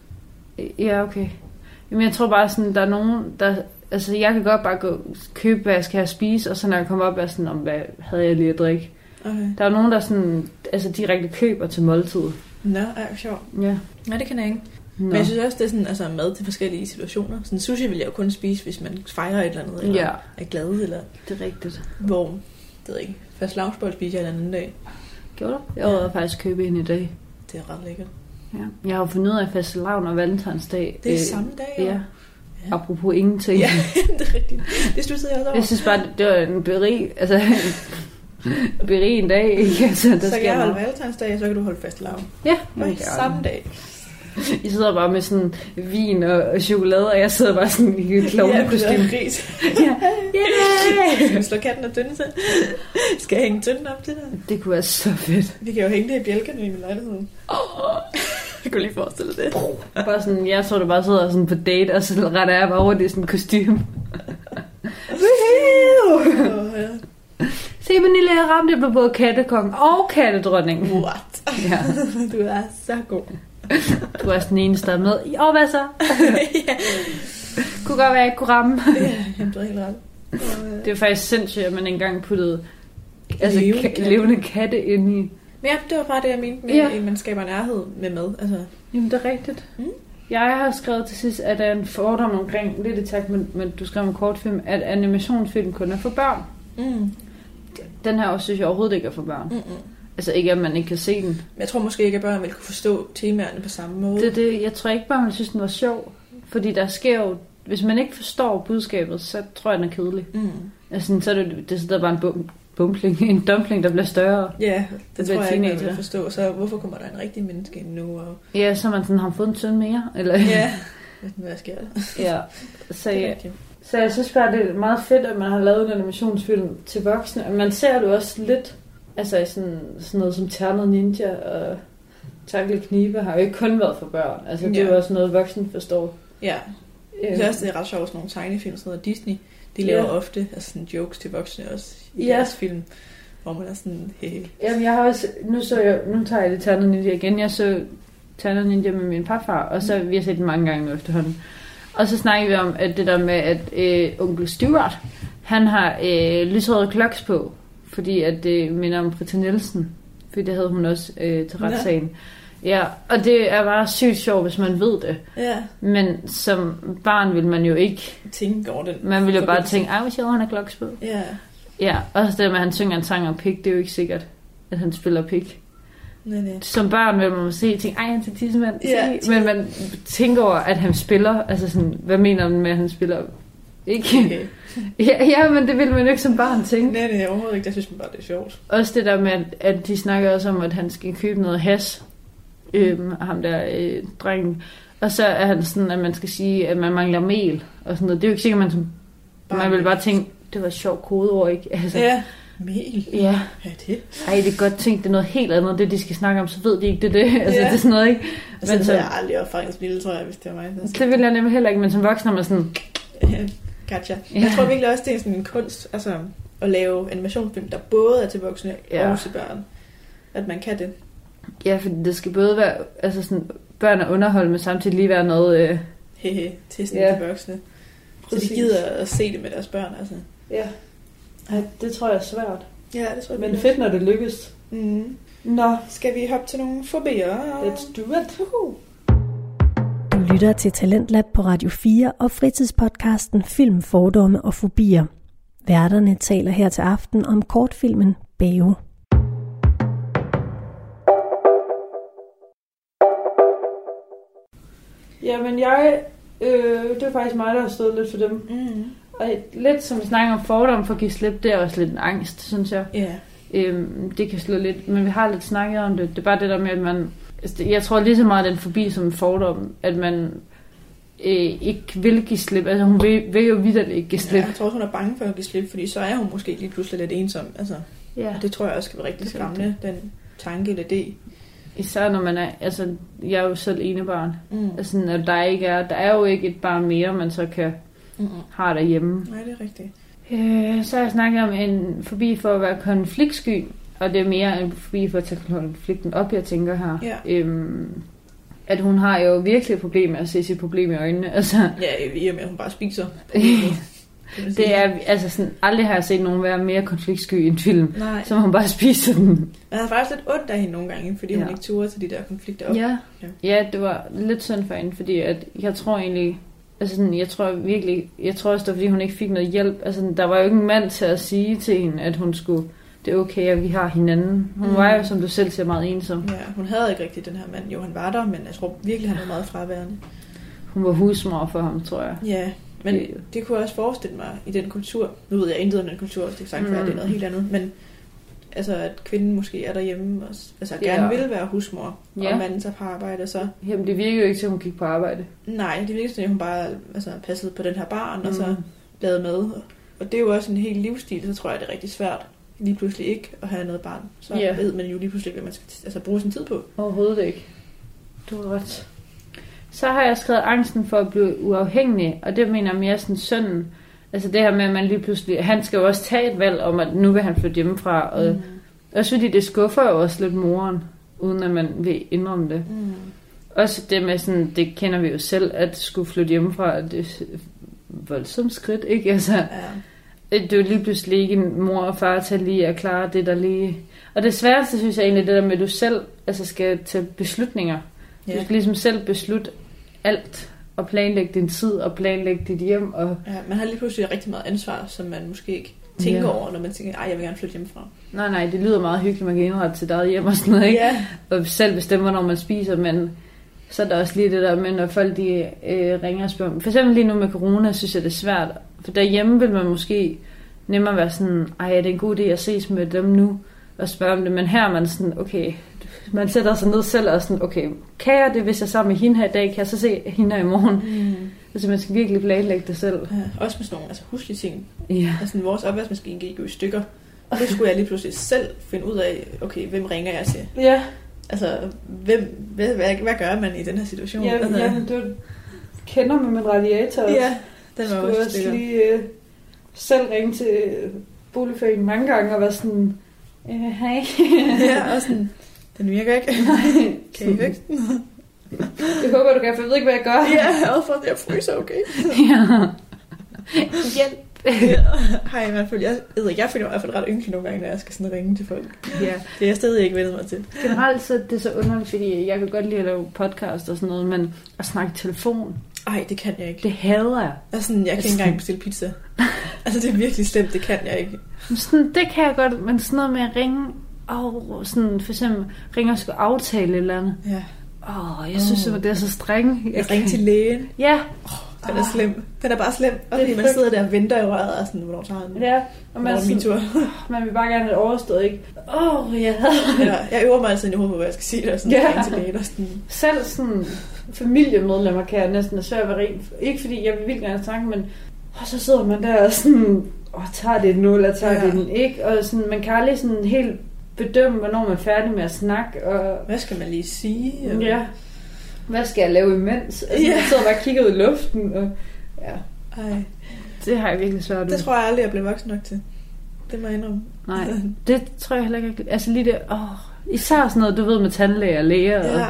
Ja, okay. Jamen, jeg tror bare sådan, der er nogen, der... Altså, jeg kan godt bare gå købe, hvad jeg skal have at spise, og så når jeg kommer op, er sådan, om hvad havde jeg lige at drikke. Okay. Der er nogen, der sådan, altså, direkte køber til måltid. Nå, ej, sjovt. Ja. Nej, det kan jeg ikke. Nå. Men jeg synes også, det er sådan, altså, mad til forskellige situationer. Sådan sushi vil jeg jo kun spise, hvis man fejrer et eller andet, eller Ja. er glad, eller Det er rigtigt. hvor, det ved jeg ikke, fast lavsbold spiser jeg en anden dag. Gjorde du? Jeg var faktisk købe en i dag. Det er ret lækkert. Ja. Jeg har jo fundet ud af fastelavn og valentinsdag. Det er øh, samme dag, Ja. ja. Ja. Apropos ingenting. Ja, det er rigtigt. Det stussede jeg også over. Jeg synes bare, det var en berig, altså berig en dag, ikke? Altså, der Så kan sker jeg holde noget. valentinsdag, så kan du holde fast lav. Ja, Bare samme dag. I sidder bare med sådan vin og chokolade, og jeg sidder bare sådan i et klovnekostyme. Ja, gris. Ja. Yeah. Skal vi slå katten og dønne til? Skal jeg hænge tynden op til det? Det kunne være så fedt. Vi kan jo hænge det i bjælkerne i min lejlighed. Jeg kunne lige forestille det. Bare sådan, jeg tror, du bare sidder sådan på date, og så retter jeg bare rundt i sådan en kostyme. Oh, ja. Se, Pernille, jeg ramte, jeg blev både kattekong og kattedronning. What? Ja. Du er så god. Du er den eneste, der er med. Og hvad så? Ja. Kunne godt være, jeg ikke kunne ramme. Ja, jamen, du er helt ret. Det er faktisk sindssygt, at man engang puttede altså, Levende ka- katte. levende katte ind i. Men ja, det var bare det, jeg mente med, Ja. at man skaber nærhed med mad. Altså, Jamen, det er rigtigt. Mm. Jeg har skrevet til sidst, at der er en fordom omkring, lidt i takt med, med du skrev om kortfilm, at animationsfilm kun er for børn. mm. Den her også synes jeg overhovedet ikke er for børn. Mm-mm. Altså ikke, at man ikke kan se den. Men jeg tror måske ikke, at børn vil kunne forstå temaerne på samme måde. Det, det, jeg tror ikke bare, man synes, den var sjov. Fordi der sker jo... Hvis man ikke forstår budskabet, så tror jeg, den er kedelig. Mm. Altså, så er det, det sidder bare en bum, bumpling, en dumpling, der bliver større. Ja, det bliver tror jeg ikke, man teenager. vil forstå. Så hvorfor kommer der en rigtig menneske ind nu? Og... Ja, så er man sådan, har fået en søn mere? Eller? Ja, hvad sker der? Ja. Så, Det er ja. rigtigt. Så jeg synes bare, det er meget fedt, at man har lavet en animationsfilm til voksne. Og man ser det også lidt, altså i sådan, sådan noget som Ternet Ninja og Tackle Knibe har jo ikke kun været for børn. Altså det er Ja. jo også noget, voksne forstår. Ja, Øh, jeg synes også, det er ret sjovt, sådan nogle tegnefilm, sådan noget Disney. De laver Ja. ofte altså sådan jokes til voksne også i Ja. deres film, hvor man er sådan, hey. Jamen, jeg har også, nu, så jeg, nu tager jeg det Ternet Ninja igen. Jeg så Ternet Ninja med min papfar, og så vi har set den mange gange efterhånden. Og så snakker vi om at det der med, at øh, onkel Stuart, han har øh, lyserøde kloks på, fordi at det minder om Britta Nielsen, fordi det havde hun også øh, til retssagen. Ja, og det er bare sygt sjovt, hvis man ved det. Ja, Men som barn vil man jo ikke, tænke over den. man vil jo bare forbindelse. tænke, ej, hvor sjovt, han har kloks på. Ja, Ja, også det med, at han synger en sang om pik, det er jo ikke sikkert, at han spiller pik. nej, nej. Som barn vil man se tænke, ej, han er tissemand. Ja, Men man tænker over, at han spiller, altså sådan, hvad mener man med, at han spiller Ikke? Okay. ja, ja, men det ville man jo ikke som barn tænke. Nej, det er overhovedet ikke. Det synes man bare, det er sjovt. Også det der med, at, at de snakker også om, at han skal købe noget hash. Øhm, ham der øh, drengen. Og så er han sådan, at man skal sige, at man mangler mel og sådan noget. Det er jo ikke sikkert, man som bare man vil bare tænke, det var et sjovt kodeord, ikke? Altså, ja, mel. Ja. Ja, det. Ej, det er godt tænkt, det er noget helt andet, det de skal snakke om, så ved de ikke, det er det. Altså, ja. det er sådan noget, ikke? Altså, men det så, havde jeg aldrig erfaringsbilde, tror jeg, hvis det var mig. Altså. Det vil jeg nemlig heller ikke, men som voksen er man sådan... Gotcha. Ja. Jeg tror virkelig også, det er sådan en kunst, altså at lave animationsfilm, der både er til voksne ja. og til børn. At man kan det. Ja, for det skal både være, altså sådan, børn og underhold, men samtidig lige være noget... Øh... Hehe, til sådan ja. de voksne. Så de gider at se det med deres børn, altså. Ja. Ej, det tror jeg er svært. Ja, det tror jeg. Men fedt, når det lykkes. Mm. Nå. Skal vi hoppe til nogle fobier? Let's do it. Uh-huh. Du lytter til Talentlab på Radio fire og fritidspodcasten Film, Fordomme og Fobier. Værterne taler her til aften om kortfilmen Bao. Jamen jeg, øh, det er faktisk mig, der har stået lidt for dem. Mm. Og lidt som vi snakker om fordom for at give slip, det er også lidt en angst, synes jeg. Ja. Yeah. Øhm, det kan slå lidt, men vi har lidt snakket om det. Det er bare det der med, at man, altså, jeg tror lige så meget, den forbi som en fordom, at man øh, ikke vil give slip. Altså hun vil, vil jo vitterligt ikke give slip. Ja, jeg tror, hun er bange for at give slip, fordi så er hun måske lige pludselig lidt ensom. Altså, ja. Og det tror jeg også kan være rigtig skræmmende, den tanke eller idé. Især når man er, altså jeg er jo selv enebarn. Mm. Altså når der ikke er, der er jo ikke et barn mere, man så kan mm-hmm. have derhjemme. Nej, det er rigtigt. Øh, så har jeg snakket om en forbi for at være konfliktsky, og det er mere en forbi for at tage konflikten op, jeg tænker her. Ja. Øhm, at hun har jo virkelig problemer med at se sit problem i øjnene. Altså, ja, i og med at hun bare spiser. det er, altså sådan, aldrig har jeg set nogen være mere konfliktsky i en film, Nej. som hun bare spiser den. Jeg havde faktisk lidt ondt af hende nogle gange, fordi ja. hun ikke turde til de der konflikter op. Ja. Ja. ja, det var lidt synd for hende, fordi at jeg tror egentlig, altså sådan, jeg tror virkelig, jeg tror også, det var, fordi hun ikke fik noget hjælp. Altså, der var jo ikke en mand til at sige til hende, at hun skulle, det er okay, at vi har hinanden. Hun mm. var jo, som du selv siger, meget ensom. Ja, hun havde ikke rigtig den her mand. Jo, han var der, men jeg tror virkelig, han var meget fraværende. Hun var husmor for ham, tror jeg. Ja, men det, det kunne jeg også forestille mig i den kultur. Nu ved jeg intet om den kultur, det er sagt, mm. det er noget helt andet. Men altså, at kvinden måske er derhjemme og altså, gerne ja. vil være husmor, ja. og manden tager på arbejde, så... Jamen, det virker jo ikke til, at hun gik på arbejde. Nej, det virker til, at hun bare altså, passede på den her barn, mm. og så lavede med. Og det er jo også en helt livsstil, så tror jeg, det er rigtig svært lige pludselig ikke at have noget barn. Så yeah. ved man jo lige pludselig, hvad man skal altså, bruge sin tid på. Overhovedet ikke. Du har ret. Så har jeg skrevet angsten for at blive uafhængig, og det mener jeg mere sådan sønnen. Altså det her med, at man lige pludselig... Han skal jo også tage et valg om, at nu vil han flytte hjemmefra. Og mm. også fordi det skuffer jo også lidt moren, uden at man vil indrømme det. Mm. Også det med sådan, det kender vi jo selv, at skulle flytte hjemmefra, det er voldsomt skridt, ikke? Altså... Ja. Det er jo lige pludselig ikke en mor og far til lige at klare det, der lige... Og det sværeste, synes jeg egentlig, det der med, at du selv altså skal tage beslutninger. Ja. Du skal ligesom selv beslutte alt, og planlægge din tid, og planlægge dit hjem. Og... Ja, man har lige pludselig rigtig meget ansvar, som man måske ikke tænker ja. over, når man tænker, ej, jeg vil gerne flytte hjemmefra. Nej, nej, det lyder meget hyggeligt, man kan indrette til eget hjem og sådan noget, ikke? Ja. Og selv bestemme, når man spiser, men... Så er der også lige det der med, når folk de, øh, ringer og spørger. For eksempel lige nu med corona, synes jeg, det er svært. For derhjemme vil man måske nemmere være sådan, ej, er det en god idé at ses med dem nu? Og spørge om det. Men her er man sådan, okay, man sætter sig ned selv og sådan, okay, kan jeg det, hvis jeg er sammen med hende her i dag? Kan jeg så se hende her i morgen? Mm. Altså man skal virkelig planlægge det selv. Ja, også med sådan nogle altså, huslige ting. Ja. Altså vores opvaskemaskine gik jo i stykker. Og det skulle jeg lige pludselig selv finde ud af, okay, hvem ringer jeg til? Ja. Altså, hvem, hvad, hvad, hvad gør man i den her situation? Ja, altså, ja du kender med min radiator også. Ja, den var også, også lige øh, selv ringe til boligforeningen mange gange og være sådan, øh, hej. Ja, og sådan, den virker ikke. Nej. Kan I væk? Jeg håber, du kan, for jeg ved ikke, hvad jeg gør. Ja, jeg er for, at jeg fryser, okay? Ja. Hjælp. Ja. Hej, i hvert fald. Jeg, jeg, jeg finder i hvert fald ret ynkelig nogle gange, når jeg skal sådan ringe til folk. Ja. Det er jeg stadig ikke vendt mig til. Generelt så det er så underligt, fordi jeg kan godt lide at lave podcast og sådan noget, men at snakke i telefon. Ej, det kan jeg ikke. Det hader jeg. Altså, jeg kan ikke engang bestille pizza. Altså, det er virkelig slemt, det kan jeg ikke. Sådan, det kan jeg godt, men sådan noget med at ringe, og sådan for eksempel ringe og skulle aftale et eller andet. Ja. Åh, oh, jeg synes, oh. det er så streng. Jeg ringer til lægen. Ja. Oh, Den er slem. Den er bare slem. Og fordi man sidder der og venter i røret og sådan, hvornår tager den? Ja, og man, sådan, min tur. Man vil bare gerne have det overstået, ikke? Åh, oh, ja. ja. Jeg øver mig altid i hovedet på, hvad jeg skal sige der. Sådan, ja. Tilbage, sådan. Selv sådan familiemedlemmer kan jeg næsten have svært ved at ringe. Ikke fordi jeg vil virkelig gerne snakke, men og så sidder man der og sådan, åh, tager det nu, eller tager ja. det den ikke? Og sådan, man kan aldrig sådan helt bedømme, hvornår man er færdig med at snakke. Og hvad skal man lige sige? Og ja. Hvad skal jeg lave imens? Altså, yeah. Jeg sidder bare og kigger ud i luften. Og ja. Ej. Det har jeg virkelig svært ved. Det tror jeg aldrig, jeg blev voksen nok til. Det må jeg indrømme. Nej, det tror jeg heller ikke. Altså lige det, åh, især sådan noget, du ved, med tandlæger og læger. Ja.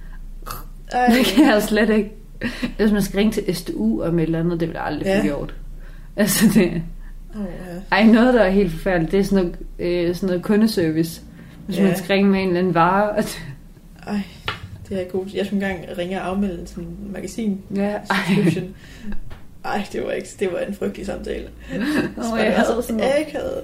Og det kan jeg slet ikke. Hvis man skal ringe til S D U om et eller andet, det vil jeg aldrig ja. få gjort. Altså det... Oh, ja. Ej, noget, der er helt forfærdeligt, det er sådan noget, øh, sådan noget kundeservice. Hvis ja. man skal ringe med en eller anden vare. Ej, det er ikke godt. Jeg skulle engang ringe og afmelde sådan en magasin. Ja. Ej. Ej, det var ikke, det var en frygtelig samtale. Åh, oh, jeg havde sådan noget. Jeg havde.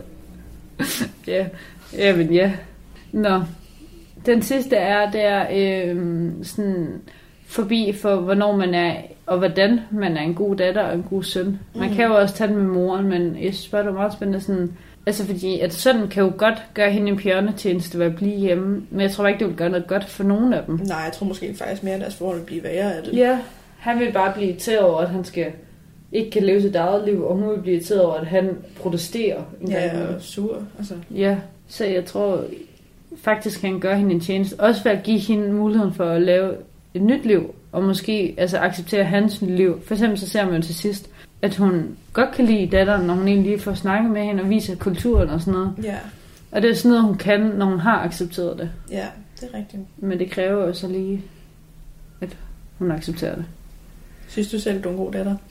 Ja, ja, men ja. Nå. Den sidste er, det er øh, sådan forbi for, hvornår man er, og hvordan man er en god datter og en god søn. Man mm. kan jo også tage den med moren, men jeg synes bare, det er meget spændende sådan, altså fordi, at sønnen kan jo godt gøre hende en bjørnetjeneste ved at blive hjemme, men jeg tror ikke, det vil gøre noget godt for nogen af dem. Nej, jeg tror måske faktisk mere, at deres forhold vil blive værre af det. Ja, han vil bare blive irriteret over, at han skal ikke kan leve sit eget liv, og hun vil blive irriteret over, at han protesterer. En ja, gang og sur. Altså. Ja, så jeg tror faktisk, han gør hende en tjeneste. Også for at give hende muligheden for at lave et nyt liv, og måske altså acceptere hans liv. For eksempel så ser man jo til sidst, at hun godt kan lide datteren, når hun egentlig lige får snakket med hende og viser kulturen og sådan noget. Ja. Og det er sådan noget, hun kan, når hun har accepteret det. Ja, det er rigtigt. Men det kræver jo så lige, at hun accepterer det. Synes du selv, du er en god datter?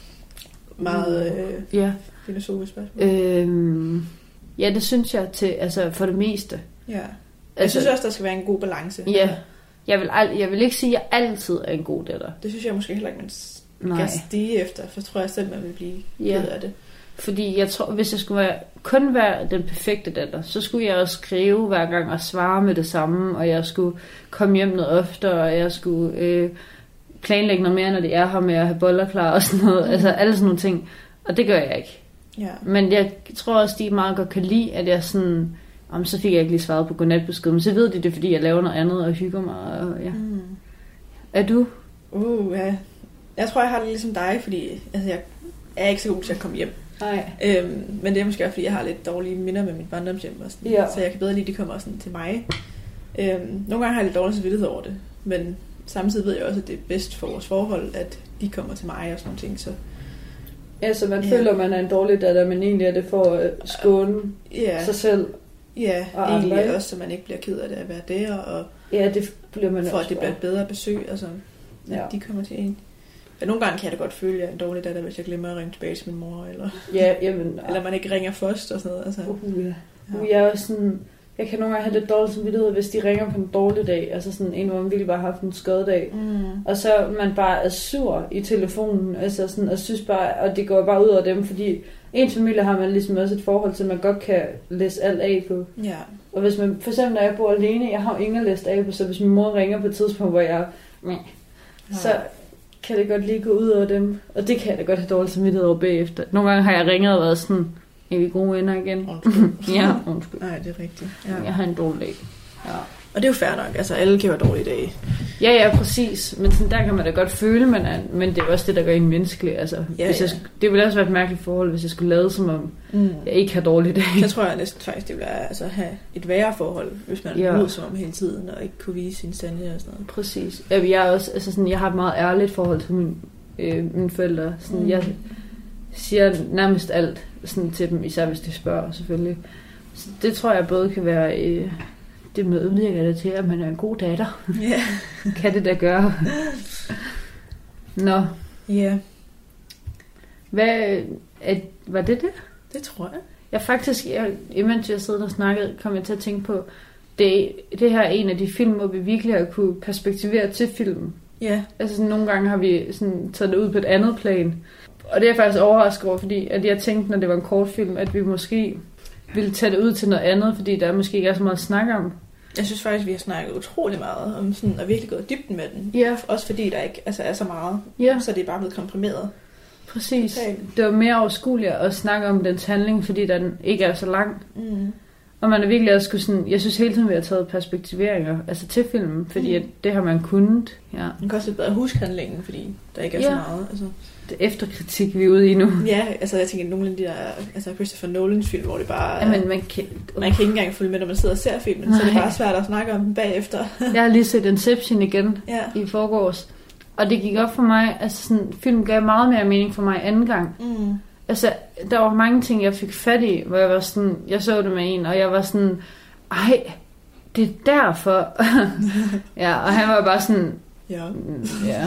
Meget øh, ja. filosofisk spørgsmål. Øhm, ja, det synes jeg til, altså for det meste. Ja. Jeg altså, synes også, der skal være en god balance. Ja. Jeg vil, al- jeg vil ikke sige, at jeg altid er en god datter. Det synes jeg måske heller ikke, man kan stige efter, for tror jeg selv, man vil blive ja. ked af det. Fordi jeg tror, hvis jeg skulle være, kun være den perfekte datter, så skulle jeg også skrive hver gang og svare med det samme, og jeg skulle komme hjem noget oftere, og jeg skulle øh, planlægge noget mere, når de er her med at have boller klar og sådan noget. Mm. Altså alle sådan nogle ting. Og det gør jeg ikke. Ja. Men jeg tror også, de meget godt kan lide, at jeg sådan... Om så fik jeg ikke lige svaret på godnatbesked, men så ved de det, fordi jeg laver noget andet og hygger mig. Og, ja. Mm. Er du? Uh, ja. Jeg tror, jeg har det ligesom dig, fordi altså, jeg er ikke så god til at komme hjem. Nej. Øhm, men det er måske også, fordi jeg har lidt dårlige minder med mit barndomshjem. Og sådan, ja. Så jeg kan bedre lide, at de kommer sådan til mig. Øhm, nogle gange har jeg lidt dårlig samvittighed over det, men samtidig ved jeg også, at det er bedst for vores forhold, at de kommer til mig og sådan nogle ting. Så ja, så man ja. føler, man er en dårlig datter, men egentlig er det for at skåne ja. sig selv. Ja, og egentlig andre. Også, så man ikke bliver ked af det at være der, og ja, det bliver man for også at det bliver et bedre besøg, altså, at ja. de kommer til en. Ja, nogle gange kan jeg da godt føle, at jeg er en dårlig datter, hvis jeg glemmer at ringe tilbage til min mor, eller, ja, jamen, eller man ikke ringer først, og sådan noget. Altså. Uh, ja. Uh, jeg er også sådan, jeg kan nogle gange have lidt dårligt samvittighed, hvis de ringer på en dårlig dag, altså sådan en, hvor man virkelig bare har haft en skadedag, mm. og så man bare er sur i telefonen, altså sådan, og synes bare, og det går bare ud over dem, fordi ens familie har man ligesom også et forhold til, man godt kan læse alt af på. Ja. Og hvis man, for eksempel når jeg bor alene, jeg har jo ingen at læse af på, så hvis min mor ringer på et tidspunkt, hvor jeg, ja. så kan det godt lige gå ud over dem, og det kan jeg da godt have dårligt samvittighed over bagefter. Nogle gange har jeg ringet og været sådan, er vi gode venner igen? Undskyld. Ja, undskyld. Nej, det er rigtigt. Ja. Jeg har en dårlig dag. Ja. Og det er jo fair nok, altså alle kan være dårlige dage. Ja, ja, præcis. Men sådan, der kan man da godt føle, man er, men det er også det, der gør en menneskelig. Altså, ja, hvis jeg, ja. Det ville også være et mærkeligt forhold, hvis jeg skulle lade som om, mm. jeg ikke har dårlige dage. Så tror jeg næsten faktisk, det ville være altså, have et værre forhold, hvis man ja. Ud som om hele tiden, og ikke kunne vise sin sande og sådan noget. Præcis. Jeg, er også, altså sådan, jeg har et meget ærligt forhold til min, øh, mine forældre. Sådan, mm. Jeg siger nærmest alt sådan, til dem, især hvis de spørger selvfølgelig. Så det tror jeg både kan være... Øh, det medvirker det til, at man er en god datter. Ja. Yeah. Kan det da gøre. Nå. Ja. Yeah. Hvad, er, var det det? Det tror jeg. Jeg faktisk, jeg, imens jeg sidder og snakkede, kom jeg til at tænke på, det, det her er en af de film, hvor vi virkelig har kunne perspektivere til filmen. Ja. Yeah. Altså sådan, nogle gange har vi sådan, taget det ud på et andet plan. Og det er jeg faktisk overrasket over, fordi at jeg tænkte, når det var en kortfilm, at vi måske ville tage det ud til noget andet, fordi der måske ikke er så meget at snakke om. Jeg synes faktisk, vi har snakket utrolig meget om sådan, og virkelig gået dybden med den. Ja. Også fordi der ikke altså, er så meget, Ja. så det er bare blevet komprimeret. Præcis. Totalt. Det var mere overskueligt at snakke om dens handling, fordi den ikke er så lang. Mm. Og man er virkelig også skulle sådan, jeg synes hele tiden, vi har taget perspektiveringer altså til filmen, fordi mm. at det har man kunnet. Ja. Man kan også lidt bedre huske handlingen, fordi der ikke er Ja. så meget. Altså. Det er efterkritik, vi er ude i nu. Ja, altså jeg tænker, nogle af de der altså Christopher Nolans film, hvor det bare... Ja, men man kan... Man kan ikke engang følge med, når man sidder og ser filmen, Nej. så er det bare svært at snakke om den bagefter. Jeg har lige set Inception igen ja. i forgårs, og det gik op for mig, altså sådan, film gav meget mere mening for mig anden gang. Mm. Altså, der var mange ting, jeg fik fat i, hvor jeg var sådan, jeg så det med en, og jeg var sådan, ej, det er derfor. Ja, og han var bare sådan, ja. ja.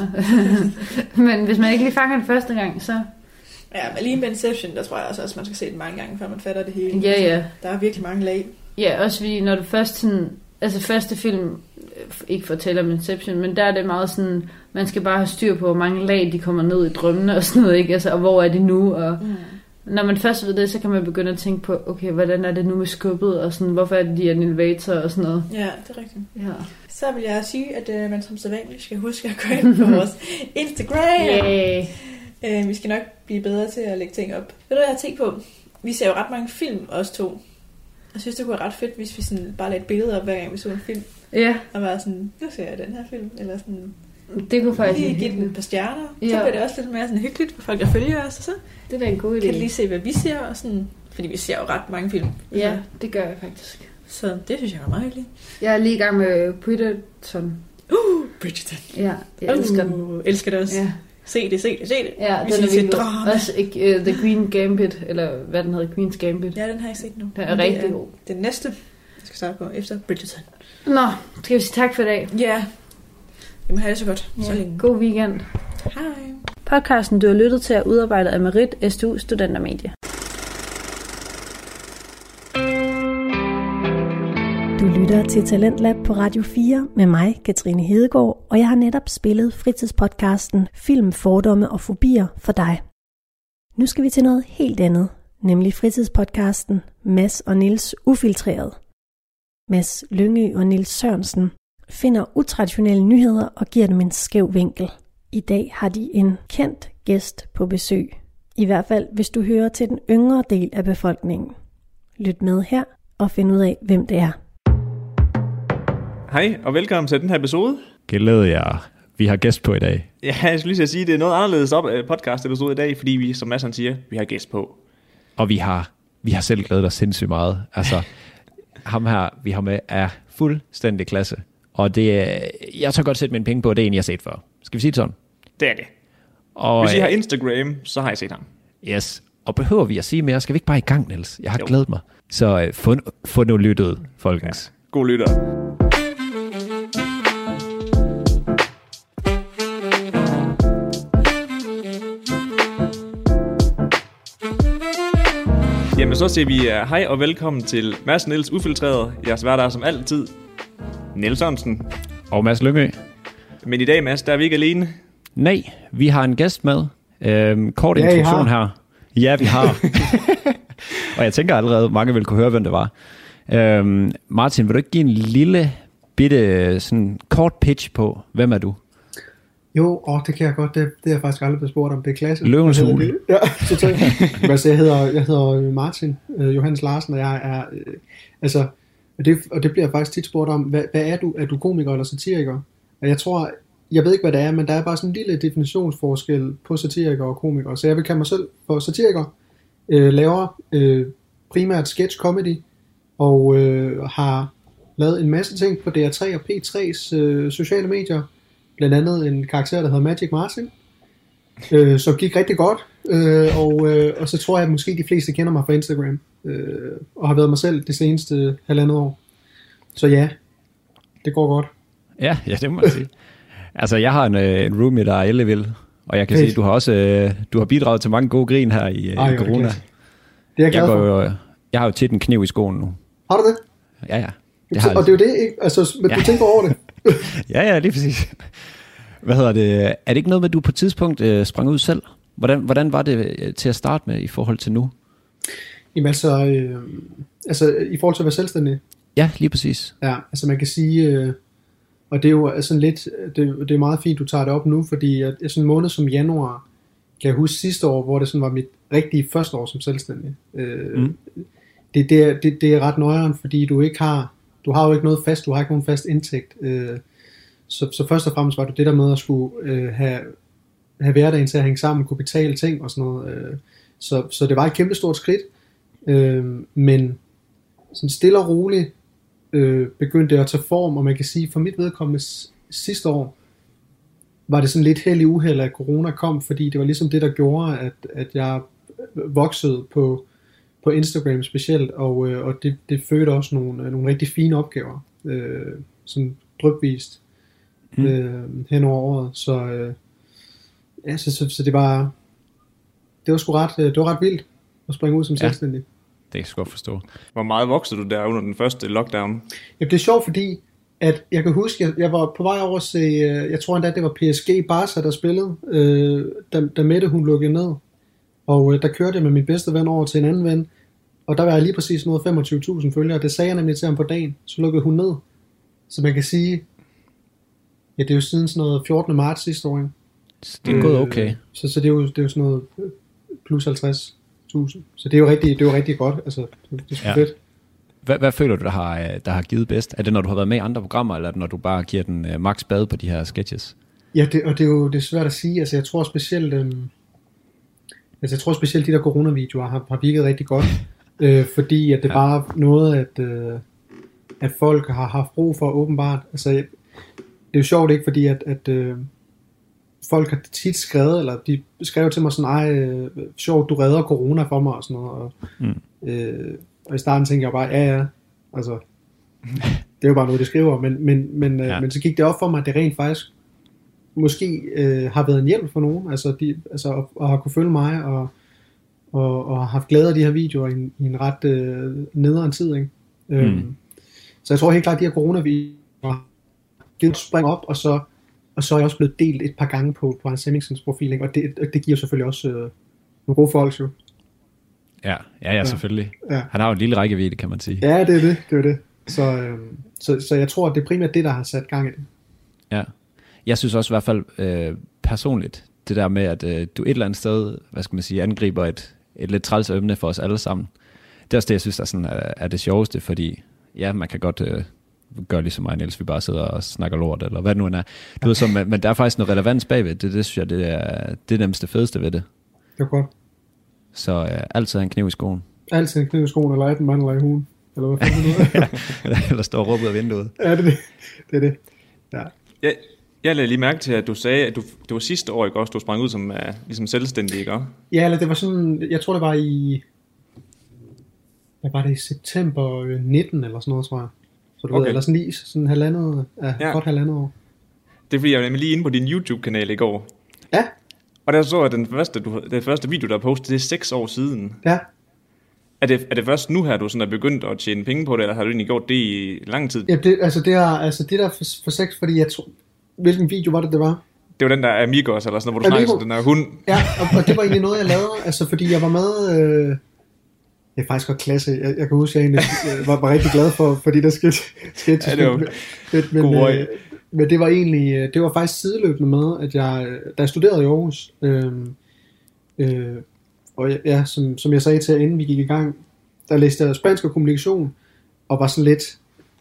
Men hvis man ikke lige fanger det første gang, så... Ja, men lige med Inception, der tror jeg også, at man skal se det mange gange, før man fatter det hele. Ja, ja. Der er virkelig mange lag. Ja, også fordi, når du først sådan, altså første film, ikke fortæller om Inception, men der er det meget sådan, man skal bare have styr på, hvor mange lag de kommer ned i drømmene og sådan noget, ikke? Altså, og hvor er de nu, og mm. når man først ved det, så kan man begynde at tænke på, okay, hvordan er det nu med skubbet, og sådan, hvorfor er det, de er en elevator, og sådan noget. Ja, det er rigtigt. Ja. Så vil jeg sige, at uh, man som sædvanligt skal huske at gå ind på vores Instagram. Yeah. Uh, vi skal nok blive bedre til at lægge ting op. Ved du, jeg har tænkt på? Vi ser jo ret mange film, os to. Jeg synes, det kunne være ret fedt, hvis vi sådan bare lagde et billede op, hver gang vi så en film. Ja. Og var sådan, nu ser jeg den her film. Eller sådan, det kunne faktisk lige give den et par stjerner. Ja. Så bliver det også lidt mere sådan hyggeligt for folk, der følger os. Og så det er da en god idé. kan lige se, hvad vi ser. Og sådan, fordi vi ser jo ret mange film. Ja, så. det gør jeg faktisk. Så det synes jeg var meget hyggeligt. Jeg er lige i gang med Bridgerton. Uh, Bridgerton. Ja, jeg uh, elsker den. Elsker det også. Ja. Se det, se det, se det. Ja, vi den er virkelig drama. også ikke uh, The Queen Gambit, eller hvad den hedder, Queen's Gambit. Ja, den har jeg ikke set nu. Den er Men rigtig god. Den næste, jeg skal starte på efter Bridgerton. Nå, skal vi sige tak for i dag? Ja. Vi må have det så godt. Ja. Så længe. God weekend. Hej. Podcasten, du har lyttet til, er udarbejdet af Merit S T U Studentermedie. Du lytter til Talentlab på Radio fire med mig, Katrine Hedegaard, og jeg har netop spillet fritidspodcasten Film, Fordomme og Fobier for dig. Nu skal vi til noget helt andet, nemlig fritidspodcasten Mads og Niels Ufiltreret. Mads Lyngø og Niels Sørensen finder utraditionelle nyheder og giver dem en skæv vinkel. I dag har de en kendt gæst på besøg. I hvert fald, hvis du hører til den yngre del af befolkningen. Lyt med her og find ud af, hvem det er. Hej, og velkommen til den her episode. Glæder jer. Vi har gæst på i dag. Ja, jeg skulle lige sige, at det er noget anderledes op podcast episode i dag, fordi vi, som Mads siger, vi har gæst på. Og vi har, vi har selv glædet os sindssygt meget. Altså, ham her, vi har med, er fuldstændig klasse. Og det er, jeg tør godt sætte mine penge på, at det er en, jeg har set før. Skal vi sige det sådan? Det er det. Og, hvis I har Instagram, så har jeg set ham. Yes. Og behøver vi at sige mere? Skal vi ikke bare i gang, Niels? Jeg har jo. glædet mig. Så uh, få, få nu lyttet, folkens. Ja. God lytter. Jamen så siger vi uh, hej og velkommen til Mads Niels Ufiltreret. Jeg svarer der som altid Niels Sørensen og Mads Lyngø. Men i dag, Mads, der er vi ikke alene. Nej, vi har en gæst med. Øhm, kort ja, introduktion her. Ja, vi har. Og jeg tænker allerede, mange vil kunne høre, hvem det var. Øhm, Martin, vil du ikke give en lille bitte sådan kort pitch på, hvem er du? Jo, åh, det kan jeg godt. Det, det er jeg faktisk aldrig blevet spurgt om. Det er klasse. Løvens hule. Ja, totalt. Altså, jeg hedder, jeg hedder Martin øh, Johannes Larsen, og jeg er... Øh, altså, og det, og det bliver jeg faktisk tit spurgt om. Hvad, hvad er du? Er du komiker eller satiriker? Og jeg tror... Jeg ved ikke, hvad det er, men der er bare sådan en lille definitionsforskel på satiriker og komiker. Så jeg vil kalde mig selv for satiriker. Øh, laver øh, primært sketch comedy, og øh, har lavet en masse ting på D R tre og P tre's øh, sociale medier. Blandt andet en karakter, der hedder Magic Martin, øh, som gik rigtig godt. Øh, og, øh, og så tror jeg, at måske de fleste kender mig fra Instagram, øh, og har været mig selv det seneste halvandet år. Så ja, det går godt. Ja, ja, det må jeg sige. Altså, jeg har en, en roomie, der er ellevild, og jeg kan sige, du har også øh, du har bidraget til mange gode grin her i, Ej, i corona. Det er jeg glad jeg, for. jo, jeg har jo tit en kniv i skoen nu. Har du det? Ja, ja. Det og det er jo det, ikke? Altså, men ja. Du tænker over det. ja, ja, lige præcis. Hvad hedder det? Er det ikke noget med, at du på et tidspunkt øh, sprang ud selv? Hvordan, hvordan var det til at starte med i forhold til nu? Jamen altså, øh, altså, i forhold til at være selvstændig? Ja, lige præcis. Ja, altså man kan sige, øh, og det er jo sådan lidt, det, det er meget fint, du tager det op nu, fordi at, sådan en måned som januar, kan jeg huske sidste år, hvor det sådan var mit rigtige første år som selvstændig. Øh, mm. det, det, er, det, det er ret nøjeren, fordi du ikke har, du har jo ikke noget fast, du har ikke nogen fast indtægt. Øh, så, så først og fremmest var det det der med at skulle øh, have, have hverdagen til at hænge sammen, kunne betale ting og sådan noget. Øh, så, så det var et kæmpe stort skridt, øh, men sådan stille og roligt øh, begyndte det at tage form, og man kan sige, for mit vedkommende sidste år, var det sådan lidt held i uheld, at corona kom, fordi det var ligesom det, der gjorde, at, at jeg voksede på, på Instagram specielt, og, øh, og det, det fødte også nogle, nogle rigtig fine opgaver, øh, sådan drypvist mm. øh, hen over året, så, øh, ja, så, så, så det var det var sgu ret, det var ret vildt at springe ud som ja. selvstændig. Det kan jeg godt forstå. Hvor meget voksede du der under den første lockdown? Ja, det er sjovt, fordi at jeg kan huske, jeg, jeg var på vej over at se, jeg tror endda det var P S G Barca, der spillede, øh, da, da Mette hun lukkede ned, og øh, der kørte jeg med min bedste ven over til en anden ven, og der var jeg lige præcis noget femogtyve tusind følgere, og det sagde jeg nemlig til ham på dagen, så lukkede hun ned, så man kan sige, ja, det er jo siden sådan noget fjortende marts sidste år, det er gået okay, øh, så, så det, er jo, det er jo sådan noget plus halvtreds tusind, så det er jo rigtig, det er jo rigtig godt, altså det er sgu ja. fedt. Hvad, hvad føler du, der har, der har givet bedst? Er det, når du har været med i andre programmer, eller er det, når du bare giver den uh, max bad på de her sketches? Ja, det, og det er jo det er svært at sige. Altså, jeg tror specielt, øhm, altså, jeg tror specielt, de der coronavideoer har, har virket rigtig godt, øh, fordi at det ja. bare er noget, at, øh, at folk har haft brug for åbenbart. Altså, det er jo sjovt ikke, fordi at, at øh, folk har tit skrevet, eller de skrev til mig sådan, ej, øh, sjovt, du redder corona for mig, og sådan noget. Og, mm. øh, Og i starten tænkte jeg bare, ja ja, altså, det er jo bare noget, de skriver, men, men, men, ja. øh, men så gik det op for mig, at det rent faktisk måske øh, har været en hjælp for nogen, altså, de, altså at, at have kunne følge mig, og, og, og har haft glæde af de her videoer i en, i en ret øh, nederen tid, ikke? Mm. Øhm, så jeg tror helt klart, at de her coronavideoer givet spring op, og så, og så er jeg også blevet delt et par gange på, på Hans Hemmingsens profil, ikke? Og det, det giver selvfølgelig også øh, nogle gode folk, jo. Ja, ja, ja, selvfølgelig. Ja. Han har jo en lille rækkevidde, kan man sige. Ja, det er det, det er det. Så, øhm, så, så jeg tror, at det er primært det, der har sat gang i det. Ja, jeg synes også i hvert fald øh, personligt, det der med, at øh, du et eller andet sted, hvad skal man sige, angriber et, et lidt træls emne for os alle sammen. Det er også det, jeg synes, der er, sådan, er, er det sjoveste, fordi ja, man kan godt øh, gøre ligesom mig, Niels, vi bare sidder og snakker lort, eller hvad det nu er. Du ved, så, men, men der er faktisk noget relevans bagved, det, det synes jeg, det er det nemmeste fedeste ved det. Det er godt. Så øh, altid en kniv i skoen. Altid en kniv i skoen, eller atten mand, eller i hugen. Eller hvad fanden ja, eller, eller står og råber ud af vinduet. Ja, det er det. Det er det. Ja. Jeg, jeg lagde lige mærke til, at du sagde, at du, det var sidste år, ikke også? Du sprang ud som, uh, ligesom selvstændig, ikke også? Ja, eller det var sådan, jeg tror det var i, hvad var det, i september nitten, eller sådan noget, tror jeg. Så du okay. ved, eller sådan lige sådan halvandet, ja, ja. godt halvandet år. Det er fordi, jeg var nemlig lige inde på din YouTube-kanal i går. Ja. Og der så jeg, den første, du, den første video, der er postet, det er seks år siden. Ja. Er det, er det først nu her, du sådan er begyndt at tjene penge på det, eller har du egentlig gjort det i lang tid? Ja, det, altså det er, altså det der for, for seks, fordi jeg tror, hvilken video var det, det var? Det var den der Amigos, eller sådan noget, hvor du snakker den der hund. Ja, og, og det var egentlig noget, jeg lavede, altså fordi jeg var med, øh, jeg er faktisk godt klasse, jeg, jeg kan huske, jeg egentlig var, var rigtig glad for, fordi der skete, skete ja, det var men, men, øh, men det var egentlig, det var faktisk sideløbende med, at jeg, da jeg studerede i Aarhus, øh, øh, og ja, som, som jeg sagde til, inden vi gik i gang, der læste jeg spansk og kommunikation, og var sådan lidt,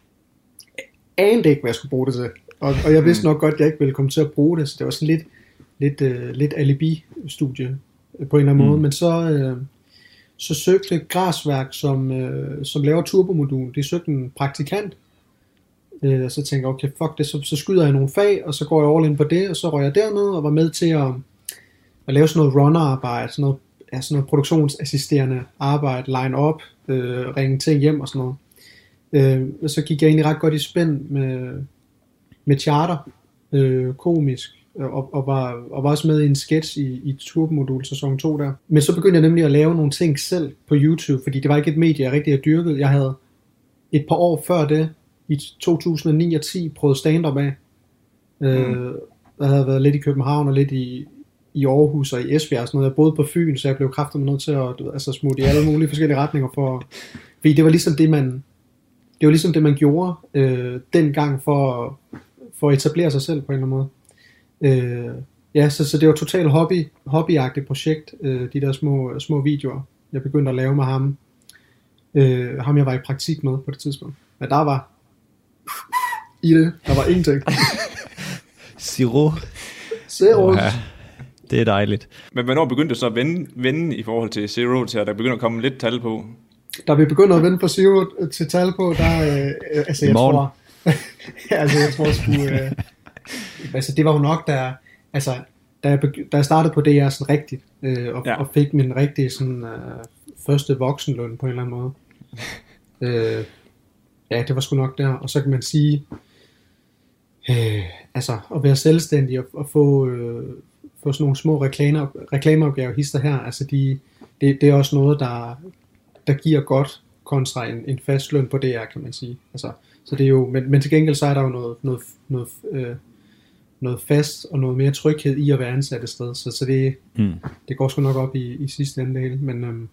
anede ikke, hvad jeg skulle bruge det til. Og, og jeg vidste nok godt, at jeg ikke ville komme til at bruge det, så det var sådan lidt, lidt, uh, lidt alibi-studie på en eller anden mm. måde. Men så, uh, så søgte Græsværk, som, uh, som laver turbomodul, de søgte en praktikant. Uh, og så tænkte jeg, okay, fuck det, så, så skyder jeg nogle fag, og så går jeg all in på det, og så røg jeg derned og var med til at, at lave sådan noget runner-arbejde, sådan noget, ja, sådan noget produktionsassisterende arbejde, line up, øh, ringe ting hjem og sådan noget. Øh, og så gik jeg egentlig ret godt i spænd med, med charter, øh, komisk, og, og, var, og var også med i en sketch i, i Turbomodul sæson to der. Men så begyndte jeg nemlig at lave nogle ting selv på YouTube, fordi det var ikke et medie, jeg rigtig havde dyrket. Jeg havde et par år før det, i to tusind og ni og ti, prøvet stand-up af. Øh, mm. Jeg havde været lidt i København og lidt i i Aarhus og i Esbjerg og sådan noget. Jeg boede på Fyn, så jeg blev kraftigt med nødt til at du ved, altså smutte i alle mulige forskellige retninger for, fordi det var ligesom det man det var ligesom det, man gjorde øh, dengang for, for at etablere sig selv på en eller anden måde. Øh, ja, så, så det var totalt hobby, hobbyagtigt projekt, øh, de der små, små videoer, jeg begyndte at lave med ham. Øh, ham jeg var i praktik med på det tidspunkt. Men der var i det, der var ingenting. Zero. Zero. Ja, det er dejligt. Men hvornår begyndte du så at vende, vende i forhold til Zero, til at der begynder at komme lidt tal på? Da vi begynder at vende fra Zero til tal på, der, øh, altså jeg tror, altså jeg tror sgu, øh, altså det var jo nok, der, altså da jeg, begy- da jeg startede på det, jeg sådan rigtigt, øh, og, ja. og fik min rigtige sådan, øh, første voksenløn på en eller anden måde. øh, ja, det var sgu nok der, og så kan man sige, øh, altså at være selvstændig og, og få, øh, få sådan nogle små reklame, reklameopgaver hister her, altså de, det, det er også noget, der, der giver godt kontra en, en fast løn på D R, kan man sige. Altså, så det er jo, men, men til gengæld så er der jo noget, noget, noget, øh, noget fast og noget mere tryghed i at være ansat et sted, så, så det, mm. det går sgu nok op i, i sidste ende del, men øhm,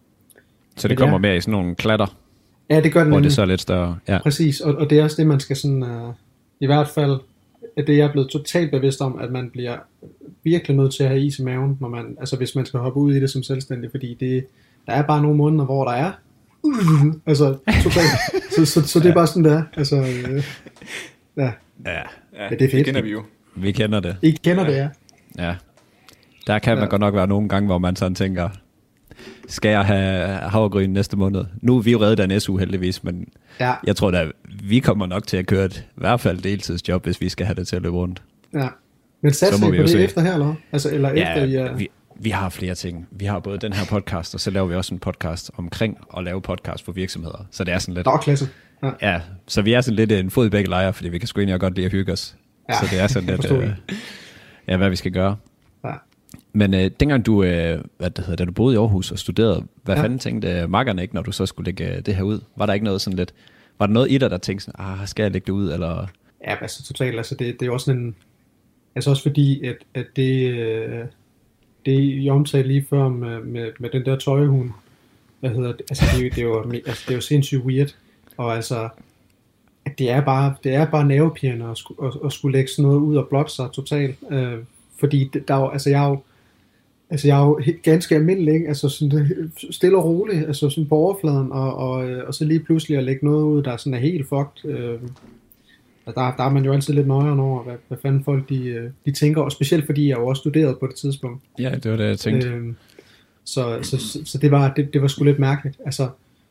så det kommer ja. mere i sådan nogle klatter? Ja, det gør den. Hvor det så er lidt større. Ja. Præcis, og, og det er også det, man skal sådan, uh, i hvert fald, at det jeg er blevet totalt bevidst om, at man bliver virkelig nødt til at have is i maven, når man, altså hvis man skal hoppe ud i det som selvstændig, fordi det, der er bare nogle måneder, hvor der er, uh, altså totalt, så, så, så det er bare sådan, der, altså, uh, ja. Ja. Ja, ja, det er fedt. Det kender vi jo. Vi kender det. I kender ja. det, ja. Ja. Der kan man ja. godt nok være nogle gange, hvor man sådan tænker, skal jeg have havregryn næste måned? Nu er vi jo reddet af en S U heldigvis, men ja. jeg tror da, vi kommer nok til at køre et i hvert fald deltidsjob, hvis vi skal have det til at løbe rundt. Ja. Men satser vi på det se. Efter her, eller altså, eller ja, efter, ja. vi, vi har flere ting. Vi har både den her podcast, og så laver vi også en podcast omkring at lave podcast for virksomheder. Så det er sådan lidt... Dagklasse. Ja. ja, så vi er sådan lidt en fod i begge lejre, fordi vi kan sgu egentlig godt lide at hygge os. Ja. Så det er sådan lidt... Øh, ja, hvad vi skal gøre. Ja. Men øh, dengang du, øh, hvad det hedder, da du boede i Aarhus og studerede, hvad ja. fanden tænkte makkerne ikke, når du så skulle lægge det her ud? Var der ikke noget sådan lidt, var der noget i dig, der tænkte sådan, ah, skal jeg lægge det ud, eller? Ja, altså totalt, altså det, det er også sådan en, altså også fordi, at, at det, øh, det I omtalte lige før med, med, med den der tøjhund, hvad hedder det, altså det, det, er jo, altså det er jo sindssygt weird, og altså, at det er bare, det er bare nervepirrende at, sku, at, at skulle lægge sådan noget ud og blotte sig totalt, øh, fordi det, der er jo, altså jeg er jo, Altså jeg er jo ganske almindelig, ikke? Altså sådan stille og roligt, altså sådan på overfladen, og, og, og så lige pludselig at lægge noget ud, der sådan er helt fucked. Øh, der, der er man jo altid lidt nøjere over, hvad, hvad fanden folk de, de tænker, og specielt fordi jeg jo også studerede på det tidspunkt. Ja, det var det, jeg tænkte. Øh, så, så, så, så det var det, det var sgu lidt mærkeligt, altså,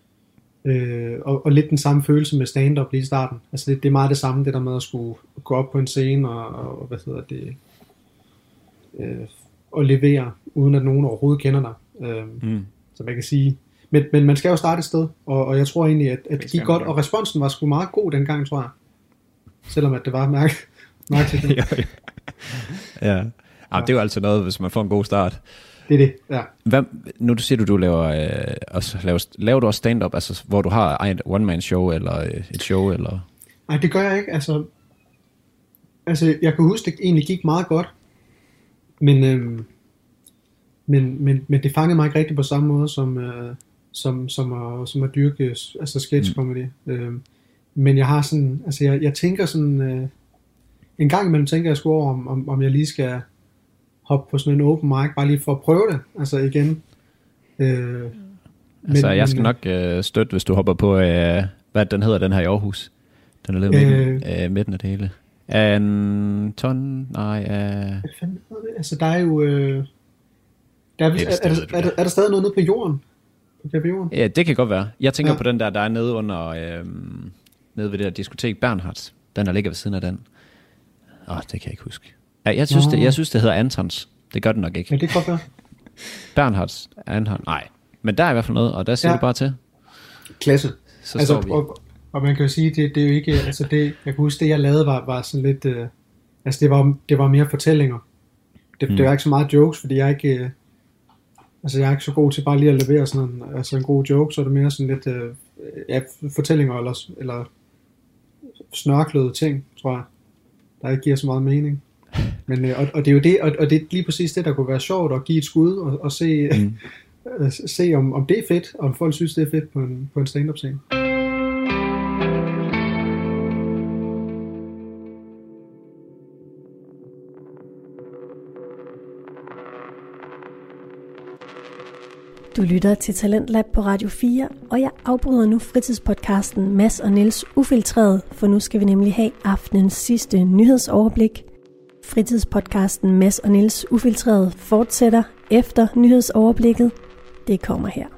øh, og, og lidt den samme følelse med stand-up lige i starten. Altså det, det er meget det samme, det der med at skulle gå op på en scene, og, og hvad hedder det... Øh, og levere, uden at nogen overhovedet kender dig. Øhm, mm. Så man kan sige, men, men man skal jo starte et sted, og, og jeg tror egentlig, at, at det gik godt, og responsen var sgu meget god dengang, tror jeg. Selvom at det var mærke, mærkeligt. ja, ja. ja. ja. ja. Det er jo altid noget, hvis man får en god start. Det er det, ja. Hvad, nu du siger du, du laver, øh, også, laver, laver du også stand-up, altså, hvor du har et one-man-show, eller øh, et show, eller? Nej, det gør jeg ikke, altså, altså, jeg kan huske, det egentlig gik meget godt, Men, øhm, men, men, men det fangede mig ikke rigtigt på samme måde som, øh, som, som, at, som at dyrke altså sketch comedy. Mm. Øhm, men jeg har sådan, altså jeg, jeg tænker sådan, øh, en gang imellem tænker jeg sgu over, om, om, om jeg lige skal hoppe på sådan en open mic, bare lige for at prøve det, altså igen. Øh, altså men, jeg skal men, nok øh, støtte, hvis du hopper på, øh, hvad den hedder, den her i Aarhus. Den er lidt øh, midten, øh, midten af det hele. Anton, nej, uh... hvad fanden hedder det? Altså der er jo, øh, der er, er, er, er, er, der, er der stadig noget nede på jorden? På jorden? Ja, det kan godt være. Jeg tænker ja. på den der, der er nede under, øh, nede ved det der diskotek Bernhards. Den, der ligger ved siden af den. Åh, oh, det kan jeg ikke huske. Ja, jeg synes, det, jeg synes, det hedder Antons. Det gør det nok ikke. Ja, det kan godt være. Bernhards, Anton, nej. Men der er i hvert fald noget, og der siger ja. du bare til. Klasse. Så altså, står vi. Og, og man kan jo sige, det, det er jo ikke, altså det, jeg kan huske, det jeg lavede var, var sådan lidt, øh, altså det var, det var mere fortællinger. Det, mm. det var ikke så meget jokes, fordi jeg ikke, øh, altså jeg er ikke så god til bare lige at levere sådan en, altså en god joke, så er det mere sådan lidt, øh, ja, fortællinger eller, eller snørklede ting, tror jeg, der ikke giver så meget mening. Men, øh, og, og det er jo det, og, og det er lige præcis det, der kunne være sjovt at give et skud og, og se, mm. øh, se om, om det er fedt, og om folk synes, det er fedt på en, på en stand-up scene. Du lytter til Talentlab på Radio fire, og jeg afbryder nu fritidspodcasten Mads og Niels Ufiltreret, for nu skal vi nemlig have aftenens sidste nyhedsoverblik. Fritidspodcasten Mads og Niels Ufiltreret fortsætter efter nyhedsoverblikket. Det kommer her.